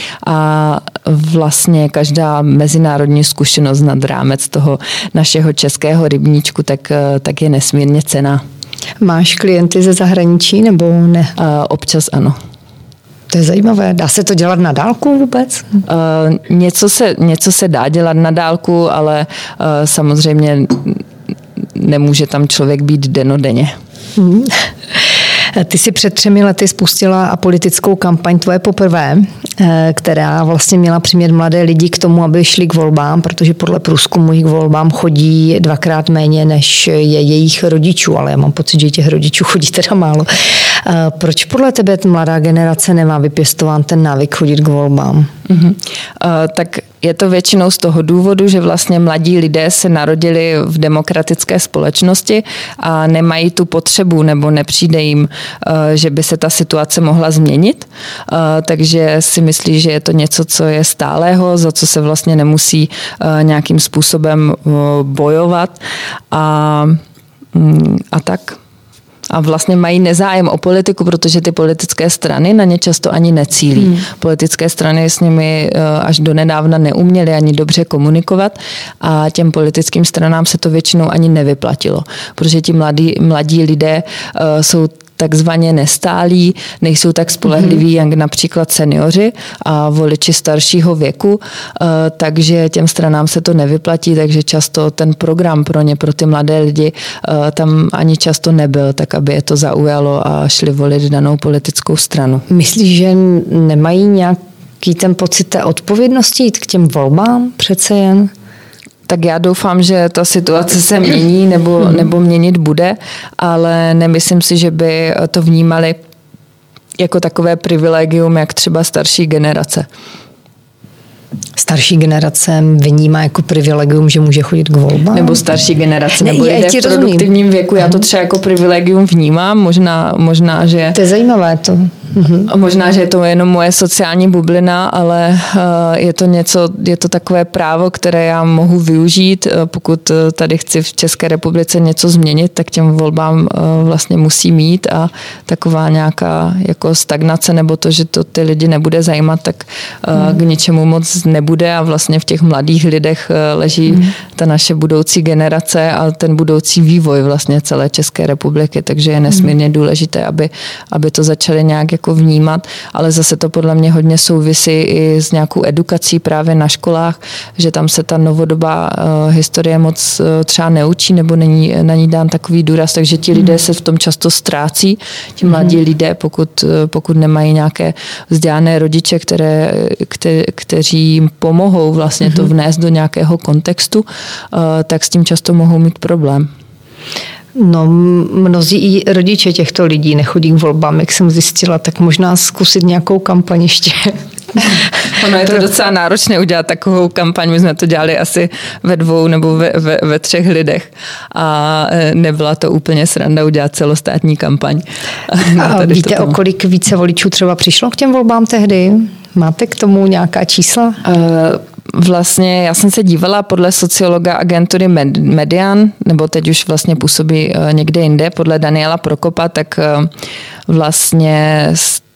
A vlastně každá mezinárodní zkušenost nad rámec toho našeho českého rybníčku, tak, tak je nesmírně cenná.
Máš klienty ze zahraničí nebo ne?
Občas ano.
To je zajímavé. Dá se to dělat na dálku vůbec?
Uh, něco, se, něco se dá dělat na dálku, ale uh, samozřejmě nemůže tam člověk být dennodenně.
Hmm. Ty si před třemi lety spustila apolitickou kampaň Tvoje poprvé, která vlastně měla přimět mladé lidi k tomu, aby šli k volbám, protože podle průzkumu jich k volbám chodí dvakrát méně, než je jejich rodičů, ale já mám pocit, že těch rodičů chodí teda málo. Proč podle tebe mladá generace nemá vypěstován ten návyk chodit k volbám?
Uh-huh. Uh, tak je to většinou z toho důvodu, že vlastně mladí lidé se narodili v demokratické společnosti a nemají tu potřebu nebo nepřijde jim, že by se ta situace mohla změnit. Takže si myslí, že je to něco, co je stálého, za co se vlastně nemusí nějakým způsobem bojovat a, a tak. A vlastně mají nezájem o politiku, protože ty politické strany na ně často ani necílí. Hmm. Politické strany s nimi až donedávna neuměly ani dobře komunikovat a těm politickým stranám se to většinou ani nevyplatilo, protože ti mladí, mladí lidé uh, jsou takzvaně nestálí, nejsou tak spolehliví, jak například seniori a voliči staršího věku, takže těm stranám se to nevyplatí, takže často ten program pro ně, pro ty mladé lidi tam ani často nebyl, tak aby je to zaujalo a šli volit danou politickou stranu.
Myslíš, že nemají nějaký ten pocit té odpovědnosti jít k těm volbám přece jen?
Tak já doufám, že ta situace se mění nebo, nebo měnit bude, ale nemyslím si, že by to vnímali jako takové privilegium, jak třeba starší generace.
Starší generace vnímá jako privilegium, že může chodit k volbám?
Nebo starší generace, nebo ne, lidé v produktivním rozumím. věku. Já to třeba jako privilegium vnímám, možná, možná že...
To je zajímavé to.
Mhm. Možná, že je to jenom moje sociální bublina, ale je to něco, je to takové právo, které já mohu využít. Pokud tady chci v České republice něco změnit, tak těm volbám vlastně musí mít a taková nějaká jako stagnace nebo to, že to ty lidi nebude zajímat, tak hmm. k ničemu moc nebude a vlastně v těch mladých lidech leží hmm. ta naše budoucí generace a ten budoucí vývoj vlastně celé České republiky, takže je nesmírně hmm. důležité, aby, aby to začali nějak jako vnímat, ale zase to podle mě hodně souvisí i s nějakou edukací právě na školách, že tam se ta novodobá uh, historie moc uh, třeba neučí nebo není na ní dán takový důraz, takže ti lidé mm. se v tom často ztrácí, ti mladí mm. lidé, pokud, uh, pokud nemají nějaké vzdělané rodiče, které, kte, kteří jim pomohou vlastně mm. to vnést do nějakého kontextu, uh, tak s tím často mohou mít problém.
No, mnozí i rodiče těchto lidí nechodí k volbám, jak jsem zjistila, tak možná zkusit nějakou kampaň ještě.
Ono je to docela náročné udělat takovou kampaň, my jsme to dělali asi ve dvou nebo ve, ve, ve třech lidech a nebyla to úplně sranda udělat celostátní kampaň.
A víte, o kolik více voličů třeba přišlo k těm volbám tehdy? Máte k tomu nějaká čísla?
Uh, Vlastně já jsem se dívala podle sociologa agentury Median, nebo teď už vlastně působí někde jinde, podle Daniela Prokopa, tak vlastně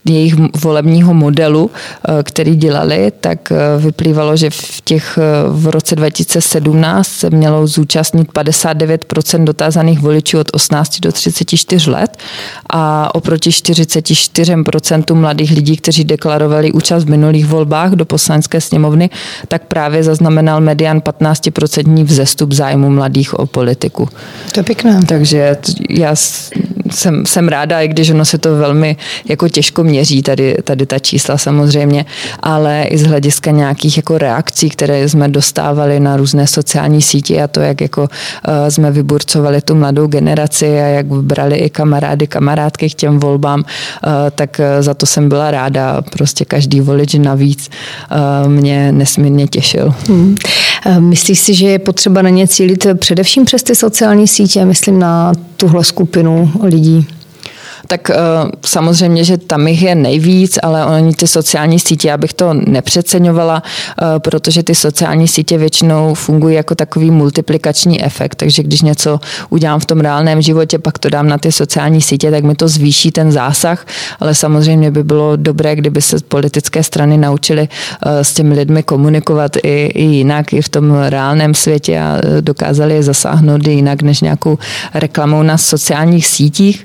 jejich volebního modelu, který dělali, tak vyplývalo, že v těch v roce dva tisíce sedmnáct se mělo zúčastnit padesát devět procent dotázaných voličů od osmnácti do třiceti čtyř let a oproti čtyřicet čtyři procent mladých lidí, kteří deklarovali účast v minulých volbách do Poslanecké sněmovny, tak právě zaznamenal medián patnáct procent vzestup zájmu mladých o politiku.
To je pěkné.
Takže já jsem, jsem ráda, i když ono se to velmi jako těžko měří, tady, tady ta čísla samozřejmě, ale i z hlediska nějakých jako reakcí, které jsme dostávali na různé sociální sítě a to, jak jako uh, jsme vyburcovali tu mladou generaci a jak brali i kamarády, kamarádky k těm volbám, uh, tak uh, za to jsem byla ráda. Prostě každý volič navíc uh, mě nesmírně těšil.
Hmm. Myslíš si, že je potřeba na ně cílit především přes ty sociální sítě, myslím na tuhle skupinu lidí?
Tak samozřejmě, že tam jich je nejvíc, ale oni ty sociální sítě, já bych to nepřeceňovala, protože ty sociální sítě většinou fungují jako takový multiplikační efekt, takže když něco udělám v tom reálném životě, pak to dám na ty sociální sítě, tak mi to zvýší ten zásah, ale samozřejmě by bylo dobré, kdyby se politické strany naučily s těmi lidmi komunikovat i, i jinak, i v tom reálném světě a dokázali je zasáhnout jinak než nějakou reklamou na sociálních sítích.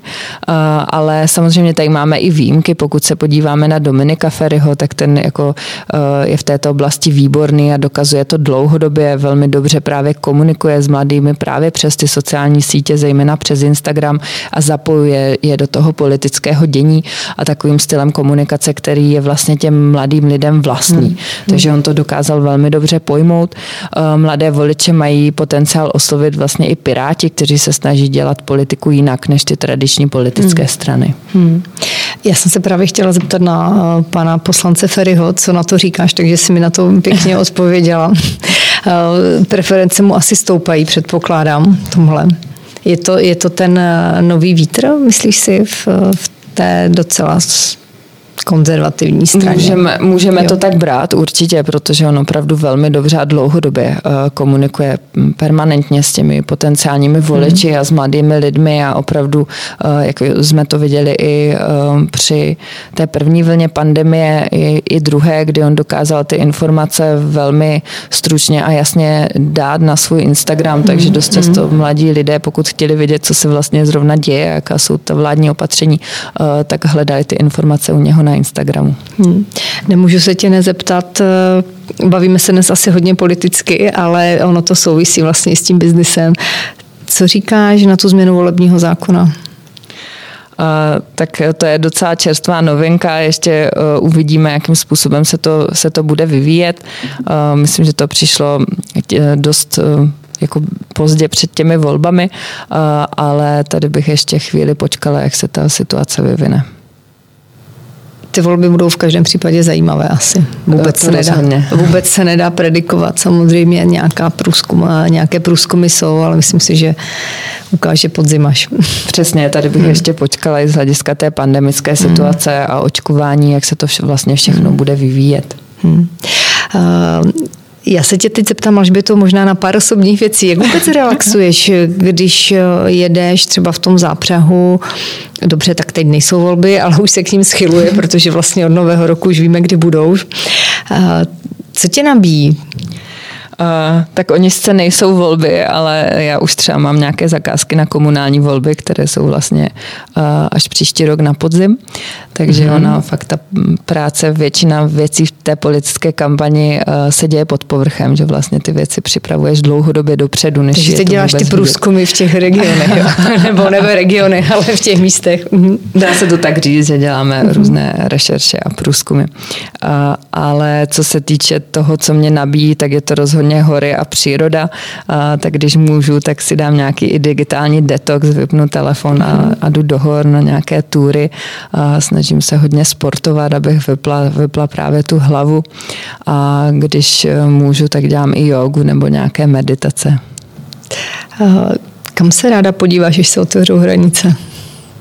Ale samozřejmě tady máme i výjimky, pokud se podíváme na Dominika Feriho, tak ten jako je v této oblasti výborný a dokazuje to dlouhodobě, velmi dobře právě komunikuje s mladými právě přes ty sociální sítě, zejména přes Instagram a zapojuje je do toho politického dění a takovým stylem komunikace, který je vlastně těm mladým lidem vlastní. Hmm. Takže on to dokázal velmi dobře pojmout. Mladé voliče mají potenciál oslovit vlastně i Piráti, kteří se snaží dělat politiku jinak než ty tradiční politické hmm. strany.
Hmm. Já jsem se právě chtěla zeptat na uh, pana poslance Feriho, co na to říkáš, takže si mi na to pěkně odpověděla. Uh, preference mu asi stoupají, předpokládám, tomhle. Je to, je to ten uh, nový vítr, myslíš si, v, v té docela konzervativní straně?
Můžeme, můžeme to tak brát určitě, protože on opravdu velmi dobře a dlouhodobě uh, komunikuje permanentně s těmi potenciálními voliči hmm. a s mladými lidmi a opravdu, uh, jak jsme to viděli i uh, při té první vlně pandemie, i, i druhé, kdy on dokázal ty informace velmi stručně a jasně dát na svůj Instagram, hmm. takže dost často hmm. mladí lidé, pokud chtěli vědět, co se vlastně zrovna děje, jaká jsou ta vládní opatření, uh, tak hledali ty informace u něho na Instagramu. Hmm.
Nemůžu se tě nezeptat, bavíme se dnes asi hodně politicky, ale ono to souvisí vlastně s tím biznisem. Co říkáš na tu změnu volebního zákona?
Uh, tak to je docela čerstvá novinka, ještě uh, uvidíme, jakým způsobem se to, se to bude vyvíjet. Uh, myslím, že to přišlo dost uh, jako pozdě před těmi volbami, uh, ale tady bych ještě chvíli počkala, jak se ta situace vyvine.
Ty volby budou v každém případě zajímavé asi. Vůbec, se nedá, vůbec se nedá predikovat. Samozřejmě nějaká průzkum, nějaké průzkumy jsou, ale myslím si, že ukáže podzim až.
Přesně, tady bych hmm. ještě počkala i z hlediska té pandemické situace hmm. a očkování, jak se to vše, vlastně všechno hmm. bude vyvíjet. Hmm.
Uh, Já se tě teď zeptám, Alžběto, možná na pár osobních věcí. Jak vůbec relaxuješ, když jedeš třeba v tom zápřehu? Dobře, tak teď nejsou volby, ale už se k ním schyluje, protože vlastně od nového roku už víme, kdy budou. Co tě nabíjí?
Uh, tak oni sice nejsou volby, ale já už třeba mám nějaké zakázky na komunální volby, které jsou vlastně uh, až příští rok na podzim. Takže mm-hmm. ona fakt ta práce, většina věcí v té politické kampani uh, se děje pod povrchem, že vlastně ty věci připravuješ dlouhodobě dopředu, než
Takže
je
ty
to
děláš ty průzkumy v těch regionech, jo? nebo nebo regionech, ale v těch místech. Mm-hmm.
Dá se to tak říct, že děláme mm-hmm. různé rešerše a průzkumy. Uh, ale co se týče toho, co mě nabíjí, tak je to rozhodně hory a příroda, a tak když můžu, tak si dám nějaký i digitální detox, vypnu telefon a, a jdu do hor na nějaké túry a snažím se hodně sportovat, abych vypla, vypla právě tu hlavu a když můžu, tak dělám i jogu nebo nějaké meditace.
Kam se ráda podíváš, když se otevřou hranice?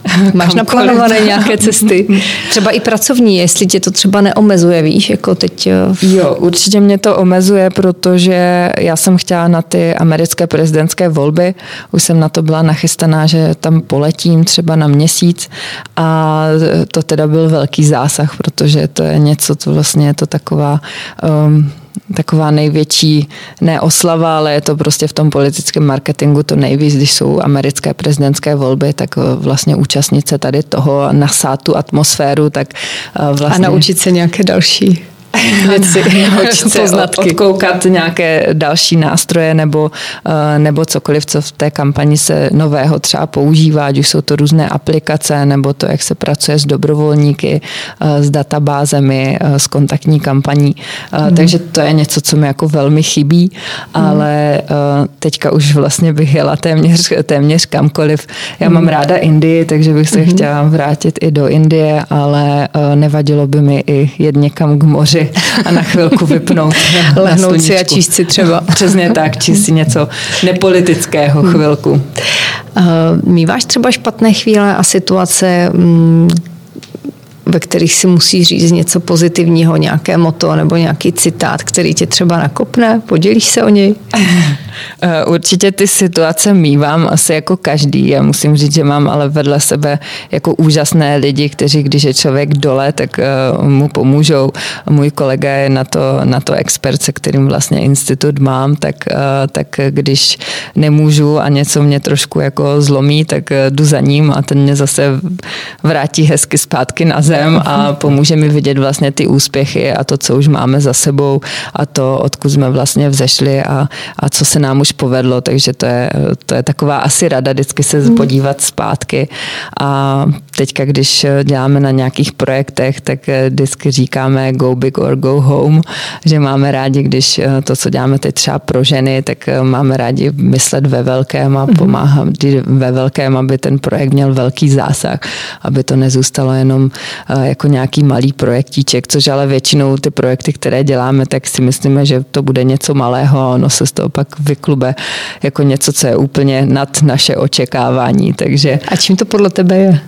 Máš naplánované nějaké cesty? Třeba i pracovní, jestli tě to třeba neomezuje, víš, jako teď...
Jo, určitě mě to omezuje, protože já jsem chtěla na ty americké prezidentské volby, už jsem na to byla nachystaná, že tam poletím třeba na měsíc a to teda byl velký zásah, protože to je něco, co vlastně je to taková... Um, taková největší, ne oslava, ale je to prostě v tom politickém marketingu to nejvíc, když jsou americké prezidentské volby, tak vlastně účastnit se tady toho, nasát tu atmosféru, tak vlastně...
A naučit se nějaké další věci,
poznatky. Odkoukat nějaké další nástroje nebo, nebo cokoliv, co v té kampani se nového třeba používá, ať už jsou to různé aplikace, nebo to, jak se pracuje s dobrovolníky, s databázemi, s kontaktní kampaní. Mm. Takže to je něco, co mi jako velmi chybí, mm. ale teďka už vlastně bych jela téměř, téměř kamkoliv. Já mm. mám ráda Indii, takže bych se mm. chtěla vrátit i do Indie, ale nevadilo by mi i jet někam k moři a na chvilku vypnout.
Lehnout si a číst si třeba.
Přesně tak, číst si něco nepolitického chvilku.
Uh, míváš třeba špatné chvíle a situace, ve kterých si musí říct něco pozitivního, nějaké motto nebo nějaký citát, který tě třeba nakopne? Podělíš se o něj?
Určitě ty situace mívám asi jako každý. Já musím říct, že mám ale vedle sebe jako úžasné lidi, kteří, když je člověk dole, tak mu pomůžou. Můj kolega je na to, na to expert, se kterým vlastně institut mám, tak, tak když nemůžu a něco mě trošku jako zlomí, tak jdu za ním a ten mě zase vrátí hezky zpátky na zem a pomůže mi vidět vlastně ty úspěchy a to, co už máme za sebou a to, odkud jsme vlastně vzešli a, a co se nám už povedlo, takže to je, to je taková asi rada vždycky se podívat zpátky a teďka, když děláme na nějakých projektech, tak vždycky říkáme go big or go home, že máme rádi, když to, co děláme teď třeba pro ženy, tak máme rádi myslet ve velkém a pomáhat ve velkém, aby ten projekt měl velký zásah, aby to nezůstalo jenom jako nějaký malý projektíček, což ale většinou ty projekty, které děláme, tak si myslíme, že to bude něco malého a ono se z toho pak vyklube jako něco, co je úplně nad naše očekávání. Takže...
A čím to podle tebe je?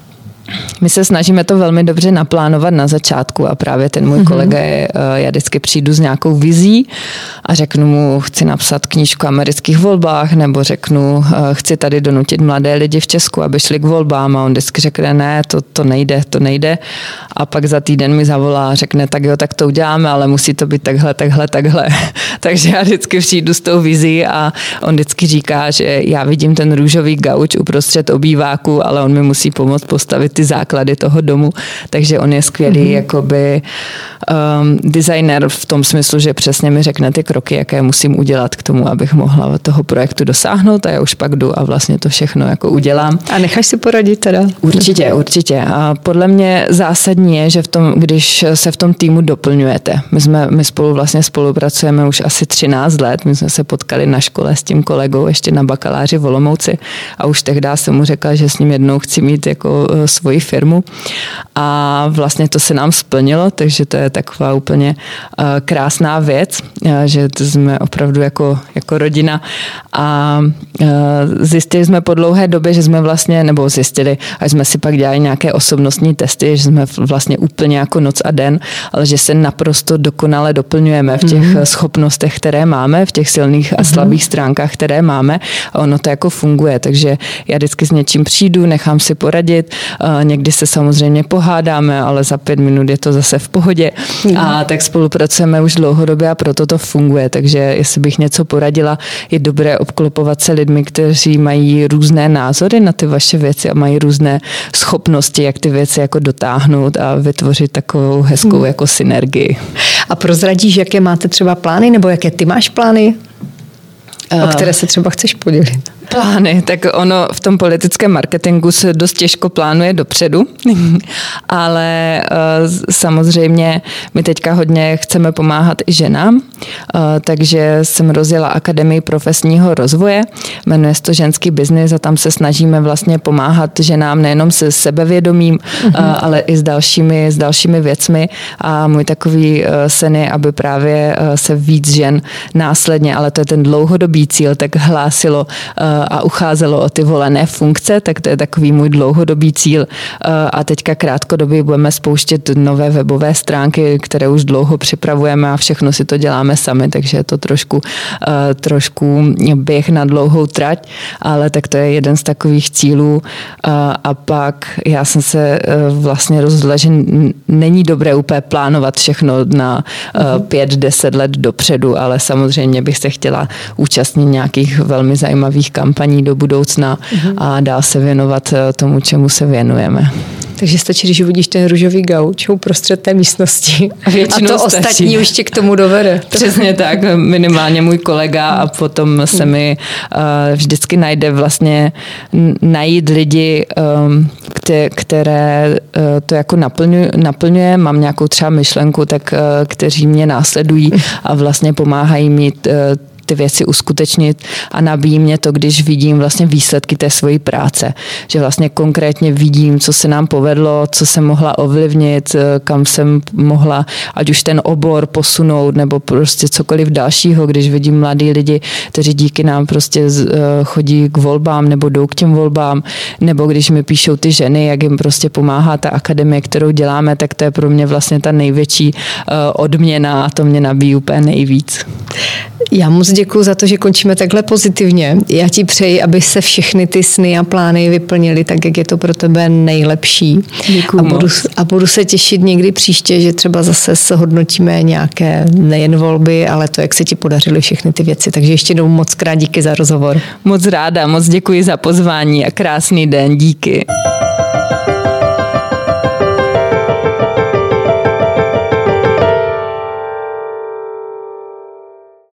My se snažíme to velmi dobře naplánovat na začátku a právě ten můj kolega je, já vždycky přijdu s nějakou vizí a řeknu mu, chci napsat knížku o amerických volbách, nebo řeknu, chci tady donutit mladé lidi v Česku, aby šli k volbám a on vždycky řekne, ne, to, to nejde, to nejde a pak za týden mi zavolá a řekne, tak jo, tak to uděláme, ale musí to být takhle, takhle, takhle. Takže já vždycky přijdu s tou vizí a on vždycky říká, že já vidím ten růžový gauč uprostřed obýváku, ale on mi musí pomoct postavit ty základy toho domu, takže on je skvělý mm-hmm. jakoby um, designer v tom smyslu, že přesně mi řekne ty kroky, jaké musím udělat k tomu, abych mohla toho projektu dosáhnout a já už pak jdu a vlastně to všechno jako udělám.
A necháš si poradit teda?
Určitě, určitě. A podle mě zásadní je, že v tom, když se v tom týmu doplňujete. My jsme, my spolu vlastně spolupracujeme už asi třináct let, my jsme se potkali na škole s tím kolegou ještě na bakaláři v Olomouci a už tehdy jsem mu řekla, že s ním jednou chci mít jako svoji firmu a vlastně to se nám splnilo, takže to je taková úplně uh, krásná věc, uh, že to jsme opravdu jako, jako rodina a uh, zjistili jsme po dlouhé době, že jsme vlastně, nebo zjistili, až jsme si pak dělali nějaké osobnostní testy, že jsme vlastně úplně jako noc a den, ale že se naprosto dokonale doplňujeme v těch mm-hmm. schopnostech, které máme, v těch silných a slabých stránkách, které máme a ono to jako funguje, takže já vždycky s něčím přijdu, nechám si poradit, uh, někdy se samozřejmě pohádáme, ale za pět minut je to zase v pohodě. Mm. A tak spolupracujeme už dlouhodobě a proto to funguje. Takže jestli bych něco poradila, je dobré obklopovat se lidmi, kteří mají různé názory na ty vaše věci a mají různé schopnosti, jak ty věci jako dotáhnout a vytvořit takovou hezkou mm. jako synergii.
A prozradíš, jaké máte třeba plány, nebo jaké ty máš plány? O které se třeba chceš podělit?
Plány, tak ono v tom politickém marketingu se dost těžko plánuje dopředu, ale uh, samozřejmě my teďka hodně chceme pomáhat i ženám, uh, takže jsem rozjela Akademii profesního rozvoje, jmenuje se to Ženský biznis a tam se snažíme vlastně pomáhat ženám nejenom se sebevědomím, mm-hmm. uh, ale i s dalšími, s dalšími věcmi a můj takový uh, sen je, aby právě uh, se víc žen následně, ale to je ten dlouhodobý cíl, tak hlásilo uh, a ucházelo o ty volené funkce, tak to je takový můj dlouhodobý cíl. A teďka krátkodobě budeme spouštět nové webové stránky, které už dlouho připravujeme a všechno si to děláme sami, takže je to trošku, trošku běh na dlouhou trať, ale tak to je jeden z takových cílů. A pak já jsem se vlastně rozhodla, že není dobré úplně plánovat všechno na pět, deset let dopředu, ale samozřejmě bych se chtěla účastnit nějakých velmi zajímavých kampaní do budoucna a dál se věnovat tomu, čemu se věnujeme.
Takže stačí, když uvidíš ten růžový gauč uprostřed té místnosti. A, a to stačí. Ostatní už tě k tomu dovede.
Přesně tak, minimálně můj kolega a potom se mi uh, vždycky najde vlastně najít lidi, um, které, které uh, to jako naplňuje, naplňuje, mám nějakou třeba myšlenku, tak uh, kteří mě následují a vlastně pomáhají mít uh, ty věci uskutečnit a nabíjí mě to, když vidím vlastně výsledky té svojí práce. Že vlastně konkrétně vidím, co se nám povedlo, co jsem mohla ovlivnit, kam jsem mohla, ať už ten obor posunout, nebo prostě cokoliv dalšího, když vidím mladý lidi, kteří díky nám prostě chodí k volbám nebo jdou k těm volbám, nebo když mi píšou ty ženy, jak jim prostě pomáhá ta akademie, kterou děláme, tak to je pro mě vlastně ta největší odměna a to mě nabíjí úplně nejvíc.
Já moc děkuji za to, že končíme takhle pozitivně. Já ti přeji, aby se všechny ty sny a plány vyplnily tak, jak je to pro tebe nejlepší.
Děkuji
a budu, a budu se těšit někdy příště, že třeba zase shodnotíme nějaké nejen volby, ale to, jak se ti podařily všechny ty věci. Takže ještě jednou moc krát díky za rozhovor.
Moc ráda, moc děkuji za pozvání a krásný den. Díky.